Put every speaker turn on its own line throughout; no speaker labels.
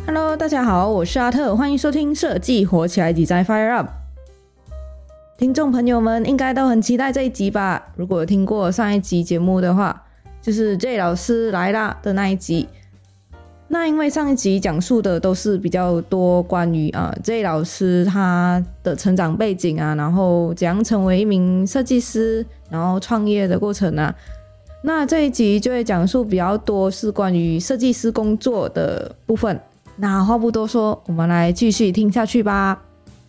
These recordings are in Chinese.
Hello， 大家好，我是阿特，欢迎收听设计火起来 Design Fire Up。听众朋友们应该都很期待这一集吧？如果有听过上一集节目的话，就是 J 老师来啦的那一集。那因为上一集讲述的都是比较多关于J 老师他的成长背景啊，然后怎样成为一名设计师，然后创业的过程啊。那这一集就会讲述比较多是关于设计师工作的部分。那话不多说，我们来继续听下去吧。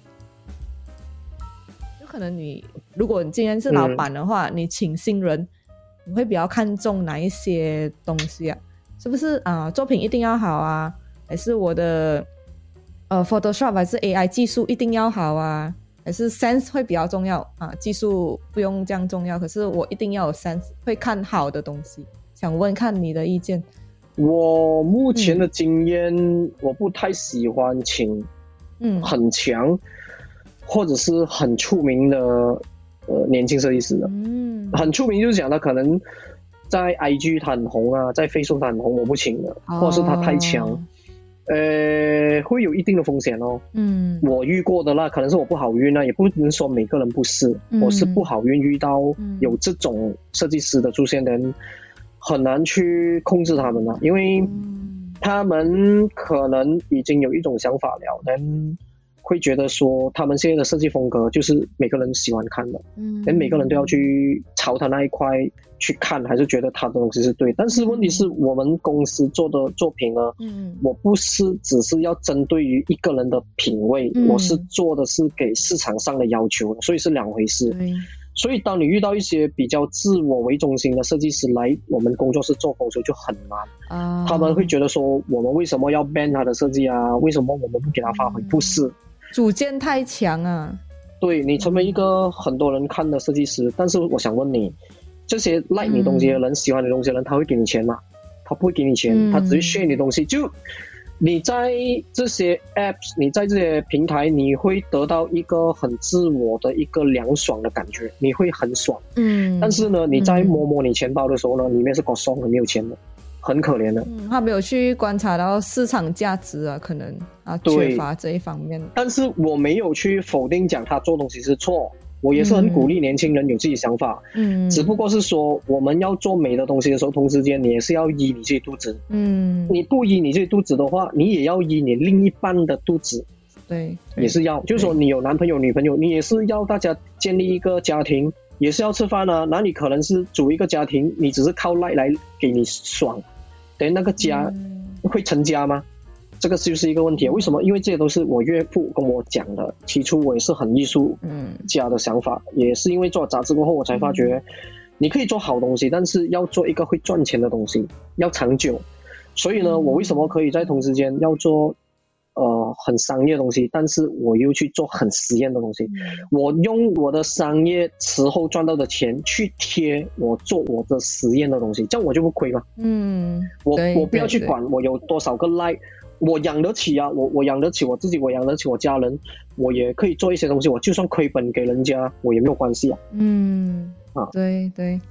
有可能如果你今天是老板的话，你请新人，你会比较看重哪一些东西啊？是不是作品一定要好啊？还是我的Photoshop 还是 AI 技术一定要好啊？还是 sense 会比较重要啊？技术不用这样重要，可是我一定要有 sense， 会看好的东西。想问看你的意见。
我目前的经验，我不太喜欢请很强或者是很出名的年轻设计师的。很出名就是讲他可能在 IG 他很红啊，在 Facebook 他很红，我不请的，或者是他太强，会有一定的风险哦。我遇过的啦，可能是我不好运啊，也不能说每个人不是，我是不好运遇到有这种设计师的出现的人。很难去控制他们了，因为他们可能已经有一种想法了，但会觉得说他们现在的设计风格就是每个人喜欢看的，每个人都要去朝他那一块去看，还是觉得他的东西是对。但是问题是我们公司做的作品呢，我不是只是要针对于一个人的品味，我是做的是给市场上的要求，所以是两回事。所以当你遇到一些比较自我为中心的设计师来我们工作室做工的时候就很难，他们会觉得说我们为什么要 ban 他的设计啊？为什么我们不给他发挥？不是
主见太强啊。
对，你成为一个很多人看的设计师，但是我想问你，这些 like 你东西的人，喜欢你东西的人，他会给你钱吗？他不会给你钱，他只会 share 你东西。就你在这些 apps， 你在这些平台，你会得到一个很自我的一个凉爽的感觉，你会很爽。但是呢，你在摸你钱包的时候呢，里面是搞松的，没有钱的，很可怜的。
他没有去观察到市场价值啊，可能缺乏这一方面。
但是我没有去否定讲他做东西是错。我也是很鼓励年轻人有自己想法，只不过是说我们要做美的东西的时候，同时间你也是要依你自己肚子，你不依你自己肚子的话，你也要依你另一半的肚子，
对，
也是要，就是说你有男朋友女朋友，你也是要大家建立一个家庭，也是要吃饭啊，哪里可能是组一个家庭，你只是靠赖来给你爽，等那个家会成家吗？这个就是一个问题。为什么？因为这些都是我岳父跟我讲的，起初我也是很艺术家的想法，也是因为做杂志过后我才发觉你可以做好东西，但是要做一个会赚钱的东西，要长久。所以呢，我为什么可以在同时间要做很商业的东西，但是我又去做很实验的东西，我用我的商业时候赚到的钱去贴我做我的实验的东西，这样我就不亏嘛。我不要去管我有多少个 like，我养得起啊，我养得起我自己，我养得起我家人，我也可以做一些东西，我就算亏本给人家我也没有关系啊。
对对。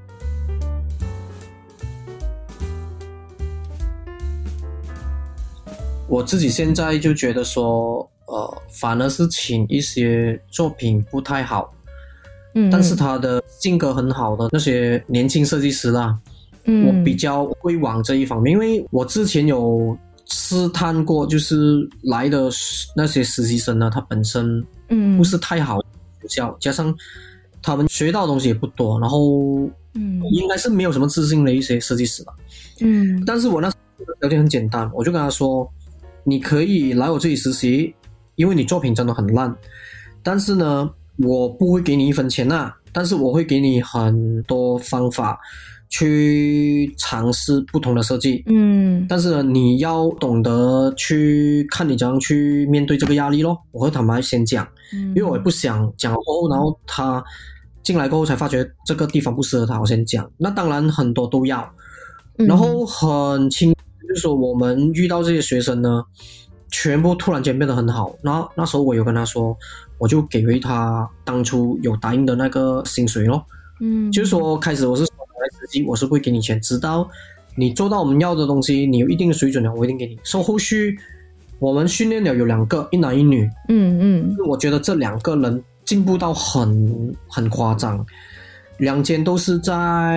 我自己现在就觉得说反而是请一些作品不太好但是他的性格很好的那些年轻设计师啦，我比较会往这一方面，因为我之前有试探过，就是来的那些实习生呢，他本身不是太好的学校，加上他们学到的东西也不多，然后应该是没有什么自信的一些设计师吧。但是我那时候条件很简单，我就跟他说，你可以来我这里实习，因为你作品真的很烂，但是呢我不会给你1分钱啊，但是我会给你很多方法去尝试不同的设计，但是呢你要懂得去看你怎样去面对这个压力咯。我会坦白先讲，因为我也不想讲过后然后他进来过后才发觉这个地方不适合他，我先讲。那当然很多都要，然后很清楚就是说我们遇到这些学生呢全部突然间变得很好，然后那时候我有跟他说，我就给回他当初有答应的那个薪水咯。就是说开始我是说来实习我是不会给你钱，直到你做到我们要的东西，你有一定的水准了，我一定给你。后续我们训练了有2个，一男一女。我觉得这2个人进步到很夸张，2间都是在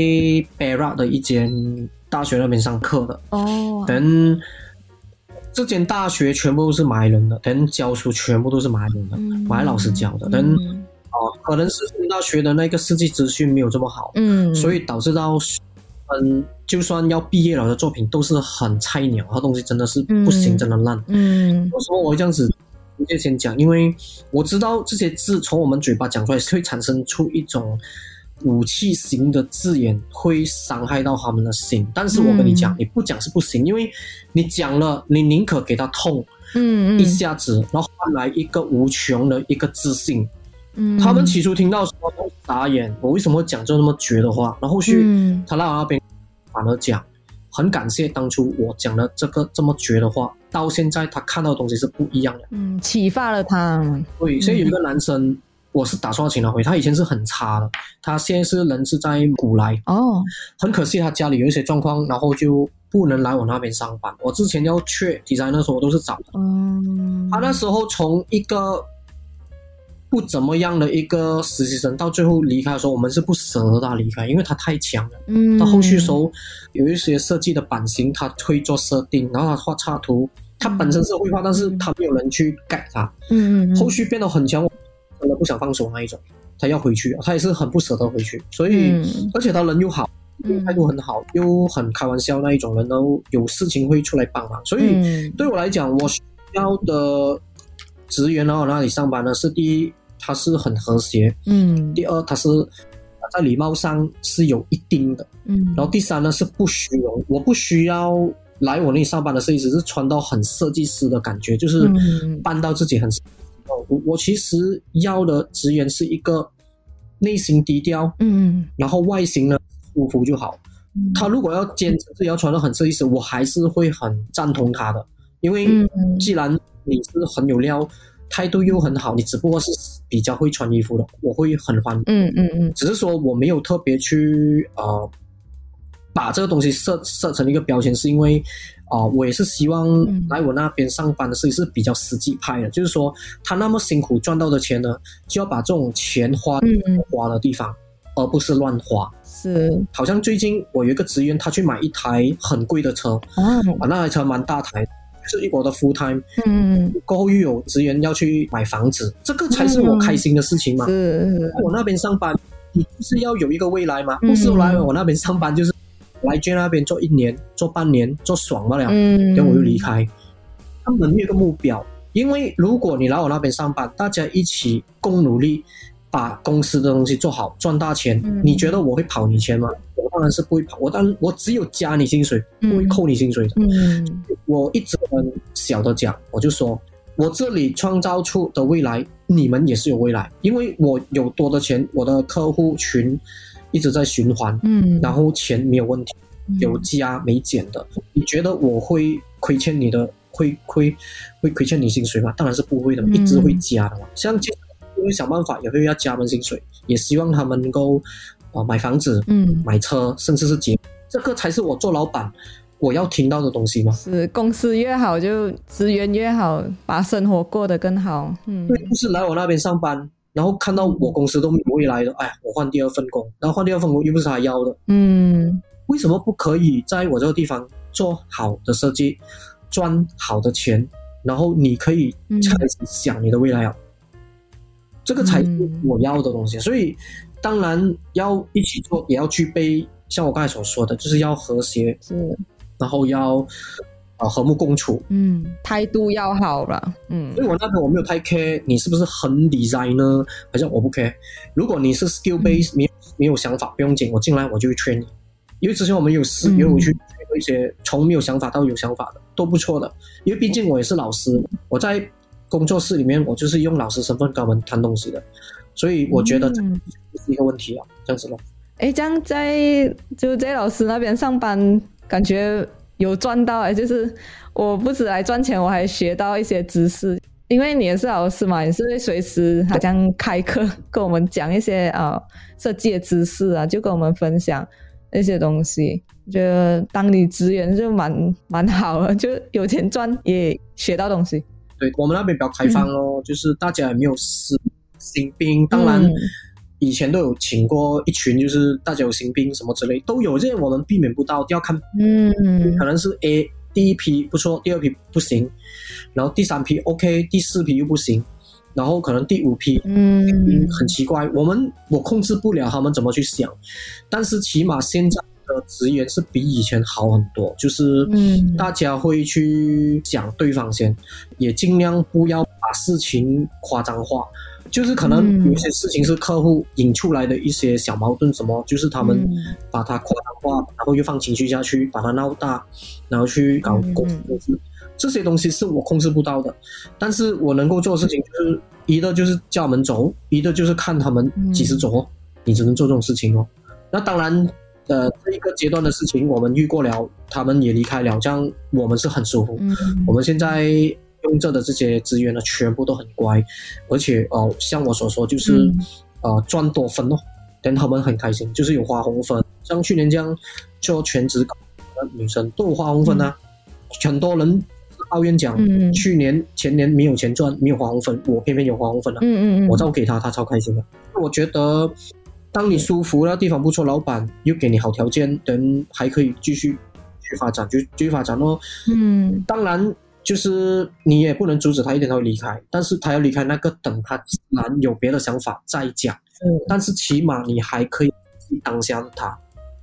Perak 的一间大学那边上课的。等这间大学全部都是马来人的，等教书全部都是马来人的，马来老师教的。等可能是大学的那个设计资讯没有这么好，所以导致到就算要毕业了的作品都是很菜鸟，它东西真的是不行，真的烂。有时候我会这样子直接先讲，因为我知道这些字从我们嘴巴讲出来会产生出一种武器型的字眼，会伤害到他们的心。但是我跟你讲，你不讲是不行，因为你讲了，你宁可给他痛一下子，然后换来一个无穷的一个自信。他们起初听到说都傻眼，我为什么会讲这么绝的话？然后后续他来我那边反而讲，很感谢当初我讲的这么绝的话，到现在他看到的东西是不一样的，
启发了他。
对，所以有一个男生，我是打算请他回，他以前是很差的，他现在是人是在古来，很可惜他家里有一些状况，然后就不能来我那边上班。我之前要去design的时候我都是找的，他那时候从一个不怎么样的一个实习生到最后离开的时候，我们是不舍得他离开，因为他太强了。到后续的时候有一些设计的版型他会做设定，然后他画插图，他本身是会画，但是他没有人去改他。后续变得很强，我真的不想放手那一种，他要回去，他也是很不舍得回去。所以而且他人又好，态度很好，又很开玩笑那一种人，然后有事情会出来帮忙。所以对我来讲，我需要的职员然后那里上班呢，是第一他是很和谐，第二他是在礼貌上是有一定的，然后第三呢是不虚荣。我不需要来我那里上班的设计师是穿到很设计师的感觉，就是扮到自己很我其实要的职员是一个内心低调，然后外形呢舒服就好。他如果要坚持自己要穿到很设计师，我还是会很赞同他的，因为既然你是很有料，态度又很好，你只不过是比较会穿衣服的，我会很欢迎。只是说我没有特别去把这个东西设成一个标签，是因为我也是希望来我那边上班的设计师比较实际派的，就是说他那么辛苦赚到的钱呢，就要把这种钱花的地方，而不是乱花。
是，
好像最近我有一个职员，他去买一台很贵的车，那台车蛮大台，就是我的 full time， 过后又有职员要去买房子，这个才是我开心的事情嘛。我那边上班，你就是要有一个未来嘛，不是来我那边上班就是来J那边做1年、做半年、做爽不了，然后我又离开。他们有一个目标，因为如果你来我那边上班，大家一起共努力，把公司的东西做好，赚大钱，你觉得我会跑你钱吗？我当然是不会跑，我只有加你薪水，不会扣你薪水的。我一直很小的讲，我就说我这里创造出的未来，你们也是有未来，因为我有多的钱，我的客户群一直在循环，然后钱没有问题，有加没减的。你觉得我会亏欠你的，会亏欠你薪水吗？当然是不会的，一直会加的嘛。像会想办法也会要加他们薪水，也希望他们能够买房子，买车，甚至是结，这个才是我做老板我要听到的东西嘛。
是，公司越好就资源越好，把生活过得更好。
对，不是来我那边上班，然后看到我公司都没有未来的，哎，我换第二份工，然后换第二份工又不是他要的。为什么不可以在我这个地方做好的设计，赚好的钱，然后你可以开始想你的未来啊？这个才是我要的东西。所以当然要一起做，也要具备像我刚才所说的，就是要和谐，然后要和睦共处，
态度要好了。
所以我那边我没有太 care 你是不是很 designer， 好像我不 care。如果你是 skill base，没有想法不用紧，我进来我就会train你。因为之前我们有也有去一些从没有想法到有想法的，都不错的。因为毕竟我也是老师，我在工作室里面我就是用老师身份跟他们谈东西的，所以我觉得这是一个问题啊，这样子咯。
这样在老师那边上班，感觉有赚到就是我不止来赚钱，我还学到一些知识。因为你也是老师嘛，你是会随时好像开课跟我们讲一些设计的知识啊，就跟我们分享那些东西。 觉得当你职员就蛮好的，就有钱赚也学到东西。
对，我们那边比较开放咯，就是大家也没有私新兵，当然以前都有请过一群，就是大家有新兵什么之类都有，这些我们避免不到，要看可能是 A 第一批不错，第二批不行，然后第三批 OK， 第四批又不行，然后可能第五批很奇怪，我控制不了他们怎么去想，但是起码现在的职员是比以前好很多，就是大家会去想对方先，也尽量不要把事情夸张化，就是可能有些事情是客户引出来的一些小矛盾什么，就是他们把它夸张化，然后又放情绪下去，把它闹大，然后去搞公司，这些东西是我控制不到的，但是我能够做的事情就是一的就是叫他们走，一的就是看他们几时走，你只能做这种事情哦。那当然这一个阶段的事情我们遇过了，他们也离开了，这样我们是很舒服。我们现在用着的这些资源呢，全部都很乖，而且像我所说就是赚多分哦，但他们很开心，就是有花红分，像去年这样做全职的女生都有花红分啊，很多人抱怨讲去年前年没有钱赚，没有花红分，我偏偏有花红分了，我照给他超开心的。我觉得当你舒服了，地方不错，老板又给你好条件，等还可以继续发展，就继续发展咯。当然就是你也不能阻止他，一点他会离开，但是他要离开那个等他自然有别的想法再讲。但是起码你还可以当下的他。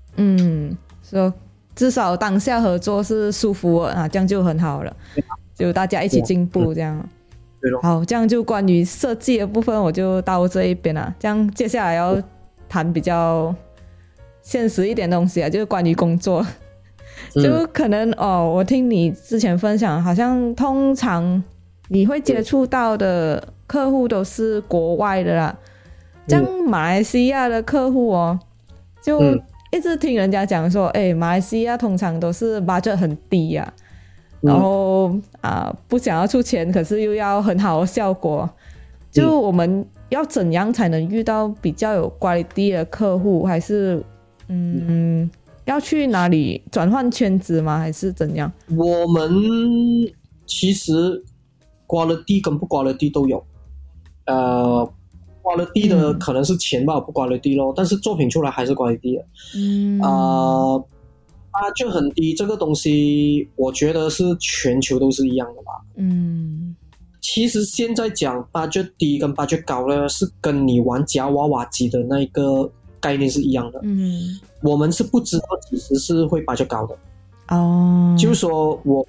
so, 至少当下合作是舒服的这样就很好了，就大家一起进步这样。
对咯。
好，这样就关于设计的部分我就到这一边了。这样接下来要谈比较现实一点的东西就是关于工作。就可能我听你之前分享，好像通常你会接触到的客户都是国外的啦。这样马来西亚的客户就一直听人家讲说，马来西亚通常都是 budget 很低啊，然后不想要出钱，可是又要很好的效果。就我们要怎样才能遇到比较有 quality 的客户，还是要去哪里转换圈子吗？还是怎样？
我们其实quality跟不quality都有。quality 的可能是钱吧，不quality咯，但是作品出来还是quality的。budget很低这个东西，我觉得是全球都是一样的吧。其实现在讲 budget 低跟 budget 高呢，是跟你玩夹娃娃机的那个概念是一样的。我们是不知道几时是会budget高的。就是说我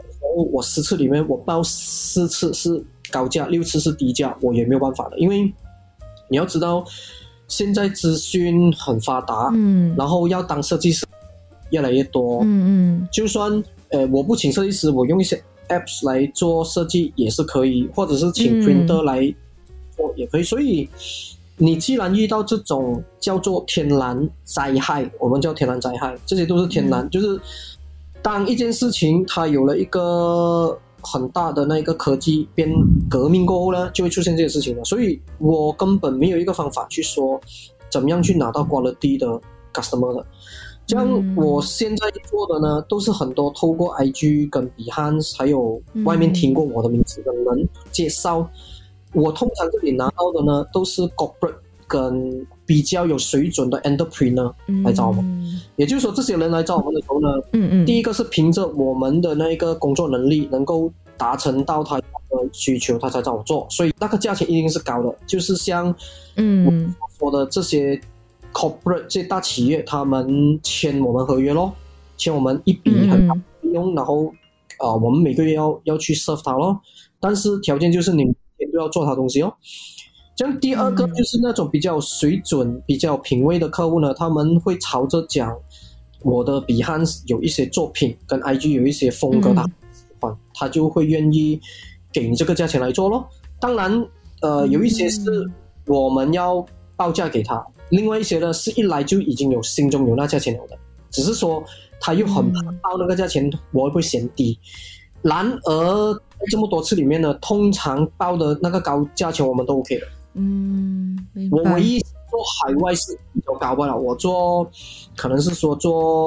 10次里面我报4次是高价，6次是低价，我也没有办法的，因为你要知道现在资讯很发达，然后要当设计师越来越多，就算我不请设计师，我用一些 apps 来做设计也是可以，或者是请 printer 来做也可以。所以你既然遇到这种叫做天然灾害，我们叫天然灾害，这些都是天然，就是当一件事情它有了一个很大的那个科技变革命过后呢，就会出现这些事情了。所以我根本没有一个方法去说怎么样去拿到 quality 的 customer 的。这样我现在做的呢，都是很多透过 IG 跟 Behance 还有外面听过我的名字的人介绍。我通常这里拿到的呢，都是 corporate 跟比较有水准的 entrepreneur 来找我们。也就是说这些人来找我们的时候呢，第一个是凭着我们的那个工作能力能够达成到他的需求，他才找我做，所以那个价钱一定是高的。就是像我所说的这些 corporate 这些大企业，他们签我们合约咯，签我们一笔很大的费用，然后我们每个月要去 serve 他咯，但是条件就是你每天都要做他东西哦。这样第二个就是那种比较水准比较品味的客户呢，他们会朝着讲我的 Behance 有一些作品跟 IG 有一些风格他喜欢，他就会愿意给你这个价钱来做咯。当然有一些是我们要报价给他，另外一些呢是一来就已经有心中有那价钱了的，只是说他又很怕报那个价钱我会不会嫌低。然而在这么多次里面呢，通常报的那个高价钱我们都 OK 的。我唯一做海外是比较高吧了，我做可能是说做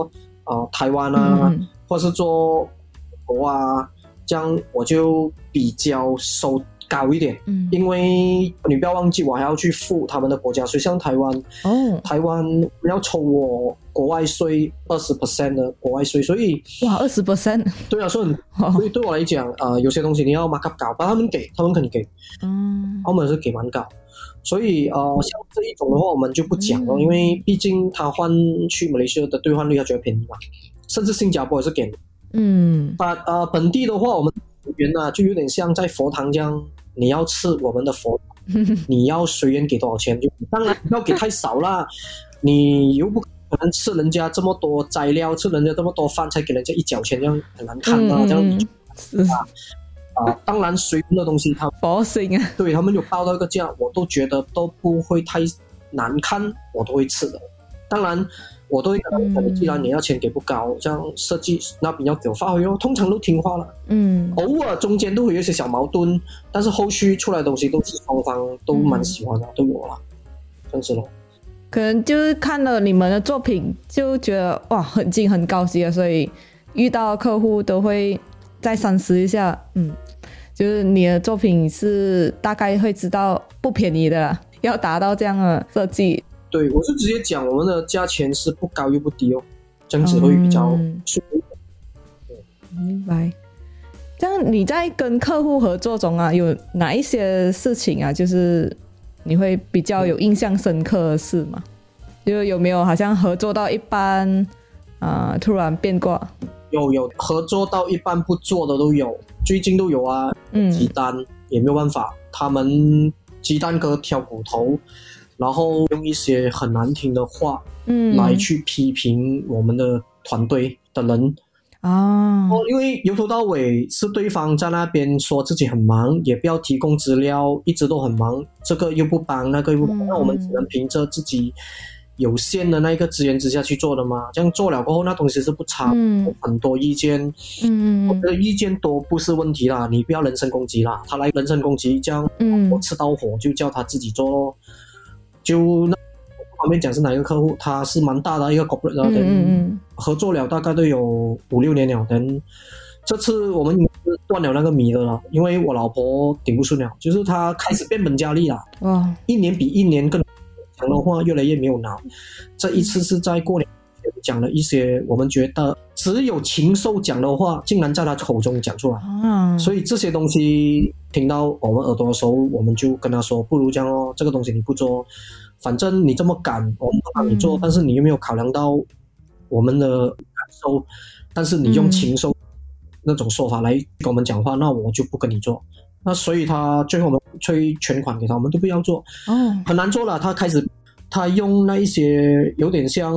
台湾啊，或是做国啊，这样我就比较收高一点，因为你不要忘记我还要去付他们的国家税，像台湾，台湾要抽我国外税20% 的国外税，所以
哇20%，
对啊，所以对我来讲，有些东西你要 markup 高，但他们肯定给，他们是给蛮高，所以像这一种的话我们就不讲了，因为毕竟他换去马来西亚的兑换率他觉得便宜嘛，甚至新加坡也是给的，本地的话我们原啊就有点像在佛堂这样，你要吃我们的佛你要随缘给多少钱，就当然不要给太少啦，你又不可能吃人家这么多材料，吃人家这么多饭才给人家1角钱，这样很难看啊，这样当然随缘的东西他
佛心啊，
对他们有报到一个价，我都觉得都不会太难看，我都会吃的，当然我都会跟他们讲，既然你要钱给不高，这样设计那边要给我发挥哦，通常都听话了。偶尔中间都会有一些小矛盾，但是后续出来的东西都是双方都蛮喜欢的，都有了，这样子咯。
可能就是看了你们的作品就觉得哇很近很高级了，所以遇到客户都会再三思一下，就是你的作品是大概会知道不便宜的啦，要达到这样的设计。
对，我是直接讲我们的价钱是不高又不低哦，这样子会比较舒服。
明白。这样你在跟客户合作中啊，有哪一些事情啊，就是你会比较有印象深刻的事吗？就有没有好像合作到一半突然变卦？
有合作到一半不做的都有，最近都有啊。鸡蛋也没有办法，他们鸡蛋哥挑骨头，然后用一些很难听的话来去批评我们的团队的人因为由头到尾是对方在那边说自己很忙，也不要提供资料，一直都很忙，这个又不帮那个又不帮，那我们只能凭着自己有限的那个资源之下去做的嘛，这样做了过后那东西是不差，很多意见我觉得意见多不是问题啦，你不要人身攻击啦，他来人身攻击这样我吃到火就叫他自己做咯，就那方面讲是哪一个客户，他是蛮大的一个 corporate 合作了大概都有5-6年了，这次我们断了那个米的了，因为我老婆顶不顺了，就是她开始变本加厉了，一年比一年更讲的话越来越没有脑，这一次是在过年前讲了一些我们觉得只有禽兽讲的话竟然在他口中讲出来，所以这些东西听到我们耳朵的时候我们就跟他说不如这样哦，这个东西你不做，反正你这么赶我们不让你做，但是你有没有考量到我们的感受，但是你用禽兽那种说法来跟我们讲话，那我就不跟你做，那所以他最后我们退全款给他，我们都不要做很难做了，他开始他用那一些有点像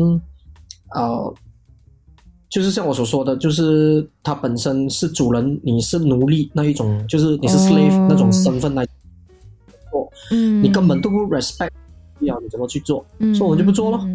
就是像我所说的，就是他本身是主人你是奴隶那一种，就是你是 slave 那种身份来做你根本都不 respect 你怎么去做，所以我们就不做了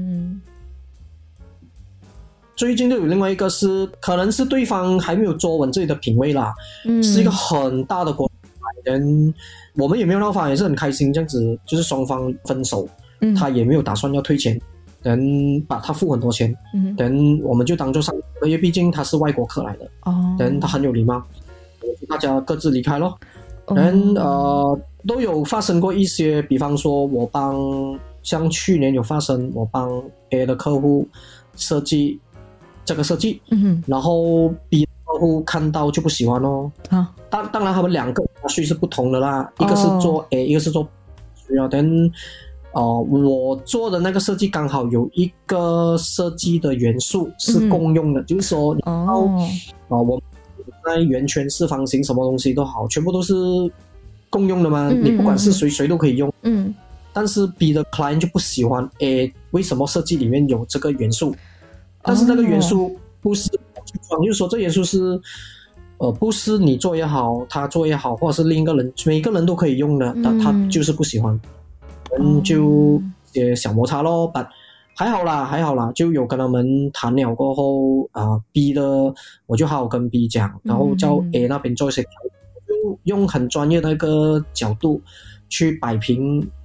最近就有另外一个是可能是对方还没有捉稳自己的品味啦，是一个很大的国家，我们也没有闹翻，也是很开心这样子，就是双方分手他也没有打算要退钱，把他付很多钱，我们就当做上因为毕竟他是外国客来的他很有礼貌，大家各自离开咯都有发生过一些，比方说我帮像去年有发生我帮 A 的客户设计这个设计然后 B 的客户看到就不喜欢咯当然他们两个税是不同的啦，一个是做 A 一个是做 B 我做的那个设计刚好有一个设计的元素是共用的，就是说我在圆圈四方形什么东西都好全部都是共用的嘛，你不管是谁都可以用但是 B 的 client 就不喜欢 A 为什么设计里面有这个元素，但是这个元素不是就是说这元素是不是你做也好他做也好或者是另一个人每个人都可以用的，但他就是不喜欢就些小摩擦咯还好啦就有跟他们谈了过后B 的我就好好跟 B 讲，然后叫 A 那边做一些就用很专业的那个角度去摆平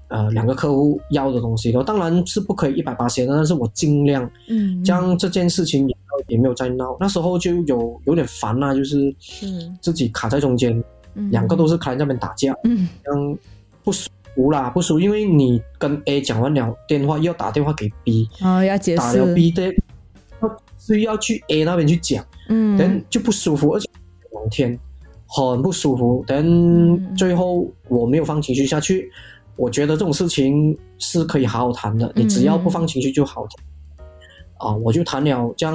2个客户要的东西的，当然是不可以180%的，但是我尽量将这件事情也没有再闹。那时候就有点烦啊，就是自己卡在中间，2个都是卡在那边打架，这样不舒服啦，不舒服，因为你跟 A 讲完了电话，又要打电话给 B，
要解释，
打了 B 的是要去 A 那边去讲，但就不舒服，而且2天很不舒服，但最后我没有放情绪下去。我觉得这种事情是可以好好谈的，你只要不放情绪就好谈。我就谈了，这样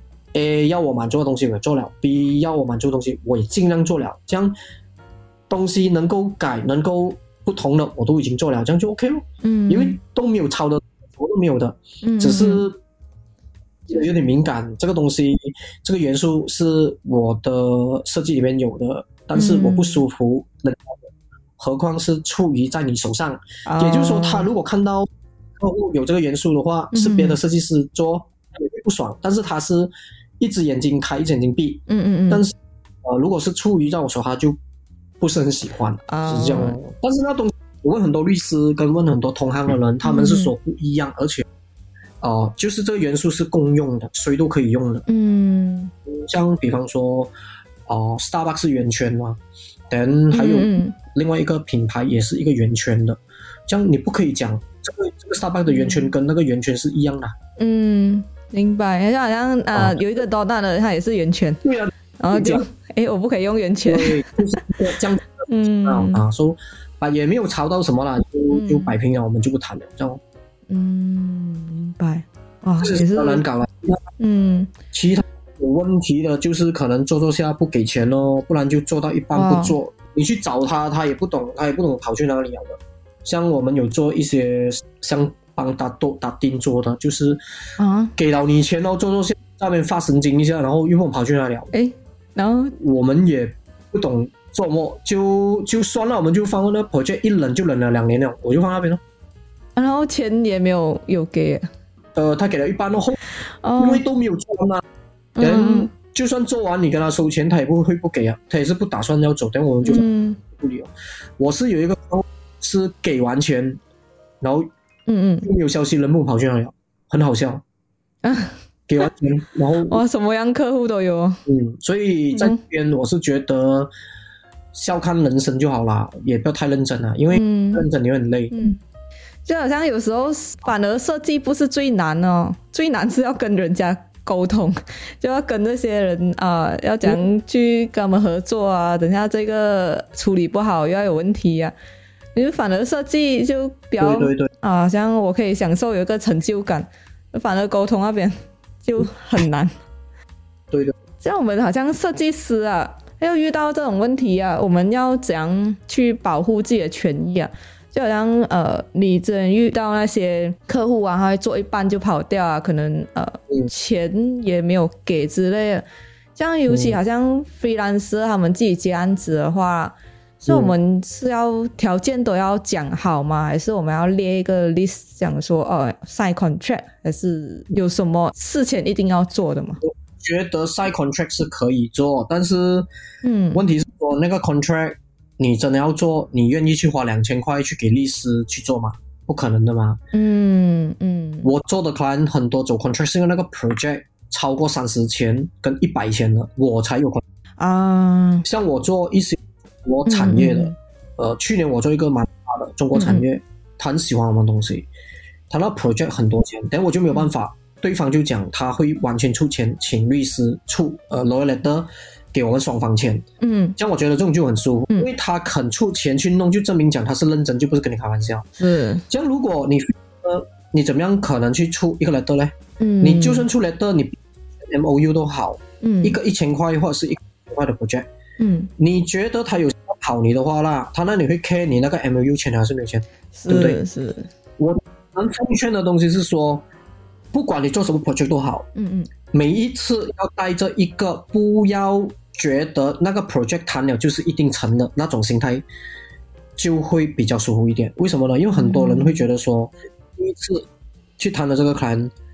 A 要我满足的东西我也做了， B 要我满足的东西我也尽量做了，这样东西能够改能够不同的我都已经做了，这样就 OK 了。因为都没有抄的，什么都没有的，只是有点敏感，这个东西这个元素是我的设计里面有的，但是我不舒服，何况是处于在你手上，也就是说他如果看到客户有这个元素的话，是别的设计师做也会不爽，但是他是一只眼睛开一只眼睛闭，但是如果是处于在我手他就不是很喜欢，是这样。但是那东西我问很多律师跟问很多同行的人，他们是说不一样，而且就是这个元素是共用的，谁都可以用的。像比方说Starbucks 是圆圈嘛，但还有另外一个品牌也是一个圆圈的，这样你不可以讲这个 Starbucks 的圆圈跟那个圆圈是一样的。
明白，好像有一个多大的它也是圆圈，
对啊，
然后就我不可以用圆圈，
对，就是这样说也没有吵到什么啦，就摆平了，我们就不谈了，这样。
明白。
这也是难搞了。其他有问题的就是可能做下不给钱咯，不然就做到一半不做，你去找他也不懂跑去哪里了的。像我们有做一些像帮打钉做的，就是给了你钱做下那边发神经一下，然后又问我跑去哪里了，
然后
我们也不懂做么，就算了，我们就放那 project 一忍就忍了2年了，我就放那边了。
然后钱也没有给，
他给了一半咯，因为都没有做嘛。就算做完你跟他收钱他也不会不给啊，他也是不打算要走，但我们就不理了。我是有一个是给完钱然后又没有消息，人不跑去哪里了，很好笑。给完钱然后
什么样客户都有。
所以在这边我是觉得笑看人生就好啦，也不要太认真啦，因为认真也很累。
就好像有时候反而设计不是最难最难是要跟人家沟通，就要跟这些人要怎样去跟他们合作啊，等下这个处理不好又要有问题啊，因为反而设计就比较
对
好像我可以享受有一个成就感，反而沟通那边就很难。
对的，
像我们好像设计师要遇到这种问题我们要怎样去保护自己的权益就好像你之前遇到那些客户他会做一半就跑掉可能钱也没有给之类的，这样尤其好像 freelancer 他们自己接案子的话，所以我们是要条件都要讲好吗？还是我们要列一个 list 讲说sign contract， 还是有什么事前一定要做的吗？
我觉得 sign contract 是可以做，但是问题是说那个 contract你真的要做，你愿意去花2000块去给律师去做吗？不可能的嘛。我做的 client 很多走 contract 是因为那个 project 超过30千跟100千的我才有 contract。像我做一些中国产业的去年我做一个蛮大的中国产业，他很喜欢我们东西，他那 project 很多钱，但我就没有办法，对方就讲他会完全出钱请律师出lawyer letter给我们双方签。这样我觉得这种就很舒服，因为他肯出钱去弄，就证明讲他是认真，就不是跟你开玩笑。这样如果你怎么样可能去出一个 letter 呢？你就算出 letter， 你 MOU 都好，一个1000块或者是1个1000块的 project，你觉得他有跑你的话啦，他那里会 care 你那个 MOU 签还是没有签，对不对？
是。
我能奉劝的东西是说，不管你做什么 project 都好，每一次要带着一个不要觉得那个 project 谈了就是一定成的那种心态，就会比较舒服一点。为什么呢？因为很多人会觉得说，第一次去谈的这个 client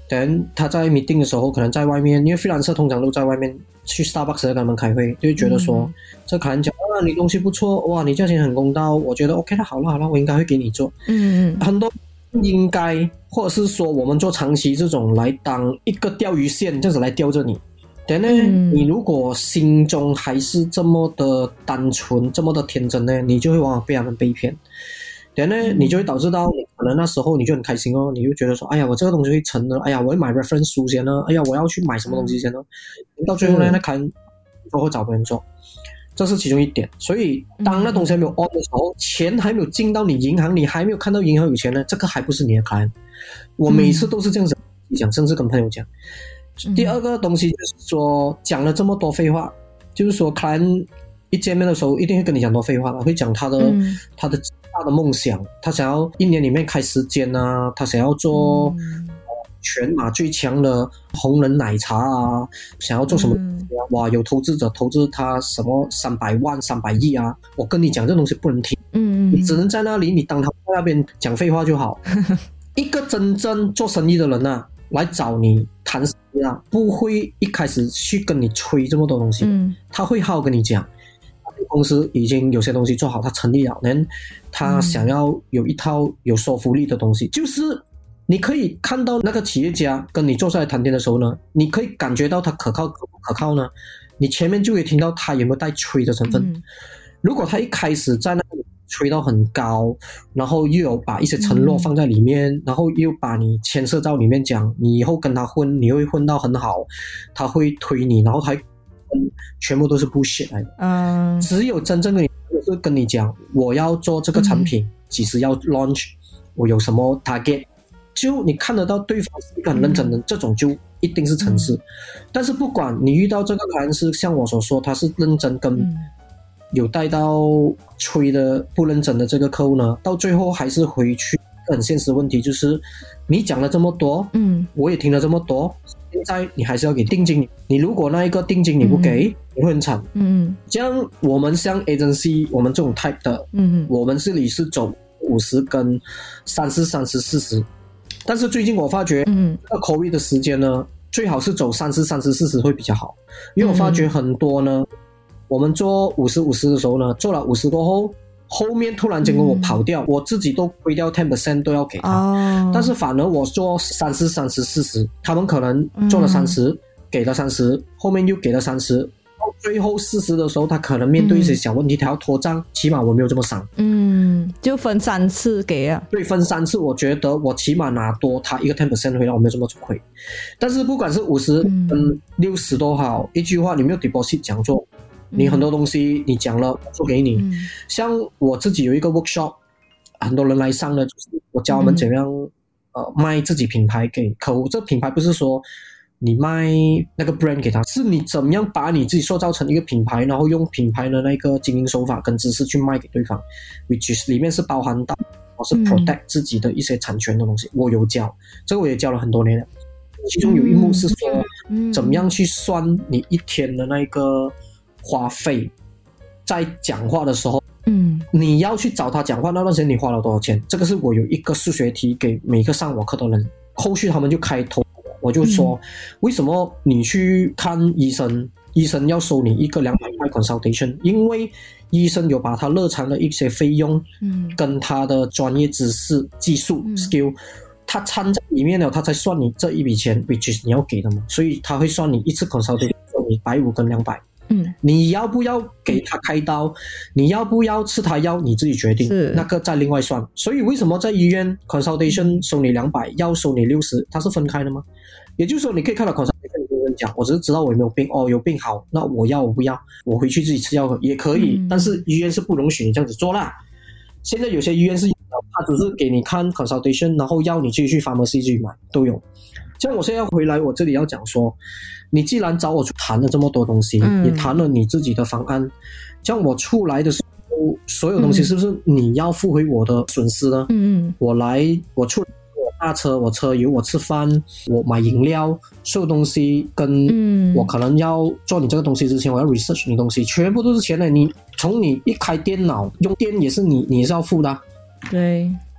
等他在 meeting 的时候可能在外面，因为freelancer通常都在外面去 Starbucks 跟他们开会，就会觉得说这客人讲你东西不错，哇你价钱很公道，我觉得 OK 了，好了我应该会给你做。很多应该或者是说我们做长期这种来当一个钓鱼线这样子来钓着你，但呢你如果心中还是这么的单纯这么的天真呢，你就会往往被他们被骗，然后呢你就会导致到你可能那时候你就很开心哦，你就觉得说哎呀我这个东西会成的，哎呀我会买 reference 书先呢，哎呀我要去买什么东西先呢，到最后呢那可能都会找别人做，这是其中一点。所以当那东西还没有 on 的时候，钱还没有进到你银行，你还没有看到银行有钱呢，这个还不是你的 client。 我每次都是这样子讲，甚至跟朋友讲。第二个东西就是说讲了这么多废话，就是说 client 一见面的时候一定会跟你讲多废话，会讲他的大的梦想，他想要1年里面开10间啊，他想要做全马最强的红人奶茶啊，想要做什么哇有投资者投资他什么300万300亿啊，我跟你讲这东西不能听，你只能在那里你当他在那边讲废话就好。一个真正做生意的人啊来找你谈生意啊，不会一开始去跟你吹这么多东西，他会好好跟你讲公司已经有些东西做好，他成立了，他想要有一套有说服力的东西，就是你可以看到那个企业家跟你坐下来谈天的时候呢，你可以感觉到他可靠可不可靠呢，你前面就可以听到他有没有带吹的成分。如果他一开始在那里吹到很高，然后又有把一些承诺放在里面，然后又把你牵涉到里面讲你以后跟他混你会混到很好，他会推你，然后他全部都是 bullshit 来的。只有真正跟你讲我要做这个产品，几时要 launch， 我有什么 target， 就你看得到对方是一个很认真的，这种就一定是诚实。但是不管你遇到这个客人是像我所说他是认真跟有带到吹的不认真的这个客户呢，到最后还是回去很现实问题，就是你讲了这么多，我也听了这么多，现在你还是要给定金，你如果那一个定金你不给，你会很惨。这样我们像 agency 我们这种 type 的，我们这里是走50跟30 40，但是最近我发觉这个 COVID 的时间呢，最好是走30 40会比较好，因为我发觉很多呢我们做50的时候呢，做了50过后，后面突然间跟我跑掉，我自己都亏掉 10% 都要给他，但是反而我做30 40，他们可能做了30，给了30，后面又给了30，到最后40的时候他可能面对一些小问题，他要拖账，起码我没有这么伤。
就分3次给啊。
对，分3次，我觉得我起码拿多他一个 10% 回来，我没有这么亏。但是不管是50跟60都好，一句话你没有 deposit 讲做，你很多东西你讲了我做给你。像我自己有一个 workshop， 很多人来上的，就是我教他们怎样卖自己品牌给客户。这品牌不是说你卖那个 brand 给他，是你怎么样把你自己塑造成一个品牌，然后用品牌的那个经营手法跟知识去卖给对方， which is 里面是包含到我是 protect 自己的一些产权的东西，我有教，这个我也教了很多年了。其中有一幕是说怎么样去算你一天的那个花费，在讲话的时候你要去找他讲话那段时间你花了多少钱，这个是我有一个数学题给每个上我课的人。后续他们就开头，我就说为什么你去看医生，医生要收你一个200块 consultation， 因为医生有把他日常的一些费用跟他的专业知识技术 skill他掺在里面了，他才算你这一笔钱 which is 你要给的嘛，所以他会算你一次 consultation 算你150跟200。你要不要给他开刀，你要不要吃他药，你自己决定，那个再另外算。所以为什么在医院 consultation 收你200，要收你60，它是分开的吗？也就是说你可以看到 consultation 你跟人讲我只是知道我有没有病，有病好，那我要我不要，我回去自己吃药也可以，但是医院是不容许你这样子做啦。现在有些医院是他只是给你看 consultation， 然后要你自己去 pharmacy 去买都有。像我现在要回来，我这里要讲说，你既然找我谈了这么多东西，也谈了你自己的方案，像我出来的时候，所有东西是不是你要付回我的损失呢？我出来，我搭车，我车油，我吃饭，我买饮料，所有东西跟我可能要做你这个东西之前，我要 research 你东西，全部都是钱的。你从你一开电脑用电也是你是要付的。
对。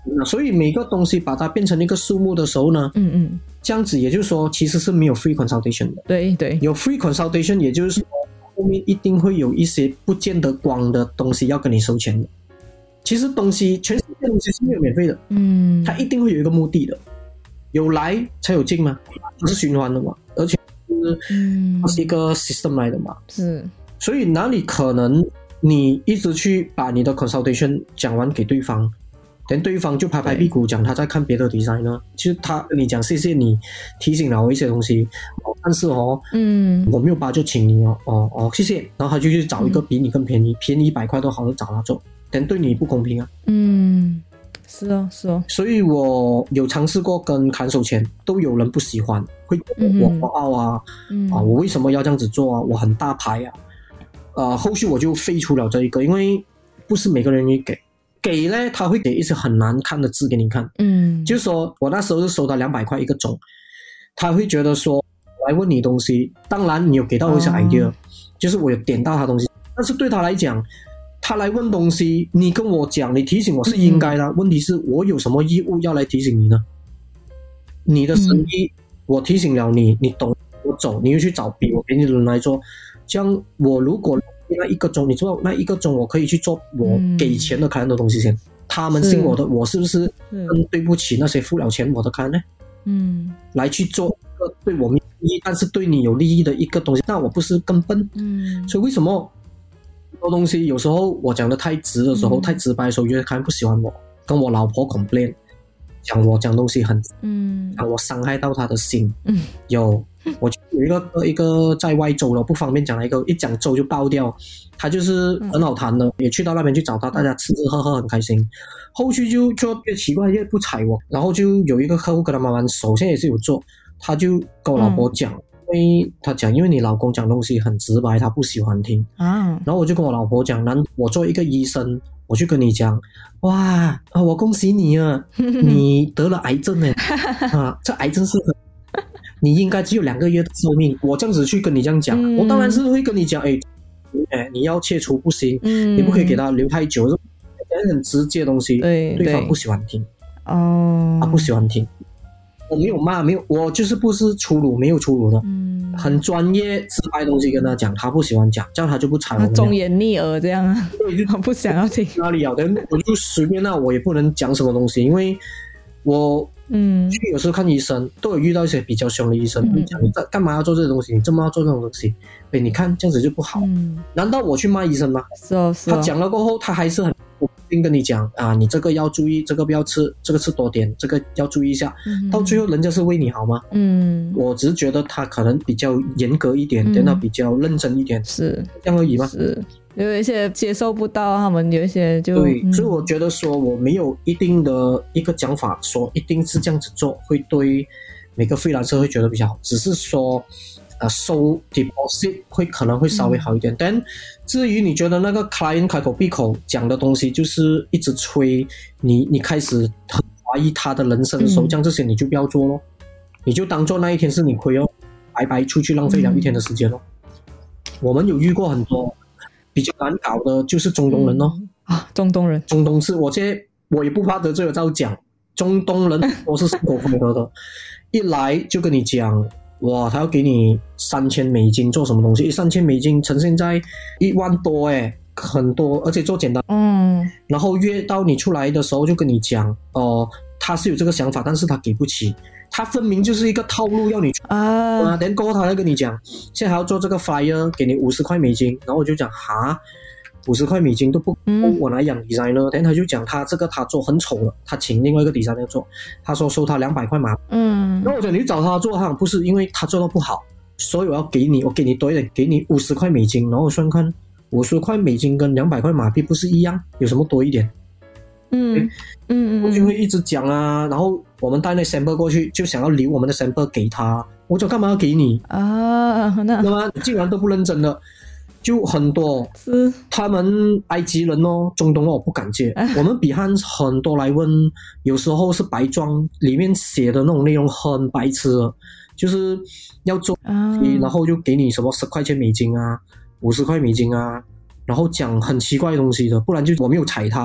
所以每个东西把它变成一个数目的时候呢，这样子也就是说其实是没有 free consultation 的。
对对，
有 free consultation 也就是说后面一定会有一些不见得光的东西要跟你收钱的。其实全世界东西是没有免费的，它一定会有一个目的的，有来才有进嘛，它是循环的嘛，而且它是一个 system 来的嘛，
是，
所以哪里可能你一直去把你的 consultation 讲完给对方，连对方就拍拍屁股讲他在看别的 design 呢？其实他跟你讲谢谢你提醒了我一些东西，但是我没有把就请你谢谢，然后他就去找一个比你更便宜100块都好的找他做，但对你不公平啊。
是哦，
所以我有尝试过跟砍手钱，都有人不喜欢，会我傲啊，我为什么要这样子做啊？我很大牌啊，后续我就废除了这一个，因为不是每个人愿意给呢，他会给一些很难看的字给你看，就是说我那时候是收到200块一个钟，他会觉得说我来问你东西，当然你有给到一些 idea，就是我有点到他东西，但是对他来讲。他来问东西，你跟我讲，你提醒我是应该的。问题是我有什么义务要来提醒你呢？你的生意，我提醒了你，你懂我走，你又去找比我便宜的人来做。这样，我如果那1个钟，你知道那1个钟我可以去做我给钱的客人的东西先。他们信我的，我是不是更对不起那些付了钱我的客人呢？来去做一个对我没有利益，但是对你有利益的一个东西，那我不是更笨？所以为什么？很多东西有时候我讲的太直的时候，太直白的时候，觉得客人不喜欢我，跟我老婆 complain， 讲我讲东西很我伤害到他的心。我就有一个在外州了，不方便讲了，一讲州就爆掉。他就是很好谈的，也去到那边去找他，大家吃吃喝喝很开心。后续就越奇怪，越不睬我，然后就有一个客户跟他慢慢熟，现在也是有做，他就跟我老婆讲。因为他讲，因为你老公讲东西很直白，他不喜欢听然后我就跟我老婆讲，我作为一个医生，我就跟你讲，哇我恭喜你啊，你得了癌症这癌症是你应该只有2个月的寿命。我这样子去跟你这样讲，我当然是会跟你讲，你要切除不行，你不可以给他留太久，很直接的东西，对方不喜欢听他不喜欢听。我没有骂，我就是不是粗鲁，没有粗鲁的，很专业直白的东西跟他讲，他不喜欢讲，这样他就不睬我们了。
忠言逆耳这样对，就不想要听。
哪里但我就随便我也不能讲什么东西，因为我有时候看医生都有遇到一些比较凶的医生，讲你干嘛要做这个东西，你这么要做这种东西，你看这样子就不好。难道我去骂医生吗？是他讲了过后，他还是很跟你讲你这个要注意，这个不要吃，这个吃多点，这个要注意一下。到最后人家是为你好吗？我只是觉得他可能比较严格一点，但他比较认真一点，
是
这样而已吗？
是有一些接受不到，他们有一些就
对，所以我觉得说我没有一定的一个讲法，说一定是这样子做会对每个freelancer会觉得比较好，只是说收 deposit 可能会稍微好一点，但至于你觉得那个 client 开口闭口讲的东西就是一直吹你开始很怀疑他的人生的时候，这样这些你就不要做咯，你就当做那一天是你亏白白出去浪费了一天的时间咯。我们有遇过很多比较难搞的，就是中东人
中东人，
中东是我也不怕得罪了，照讲，中东人都是口风格的，一来就跟你讲。哇，他要给你$3000做什么东西？$3000呈现在1万多很多，而且做简单。然后约到你出来的时候就跟你讲，他是有这个想法，但是他给不起，他分明就是一个套路要你然后他再跟你讲，现在还要做这个 flyer， 给你$50，然后我就讲$50都不够我来养 designer， 但他就讲他做很丑了，他请另外一个 designer 做，他说收他200块马币。然后我讲你找他做，他不是因为他做到不好，所以我要给你，我给你多一点，给你$50，然后我算看$50跟200块马币不是一样，有什么多一点？我就会一直讲然后我们带那 sample 过去，就想要留我们的 sample 给他，我讲干嘛要给你那么你竟然都不认真的。就很多他们埃及人中东我不敢接我们比汉很多来问，有时候是白装，里面写的那种内容很白痴的，就是要做然后就给你什么$10$50然后讲很奇怪的东西的，不然就我没有踩他，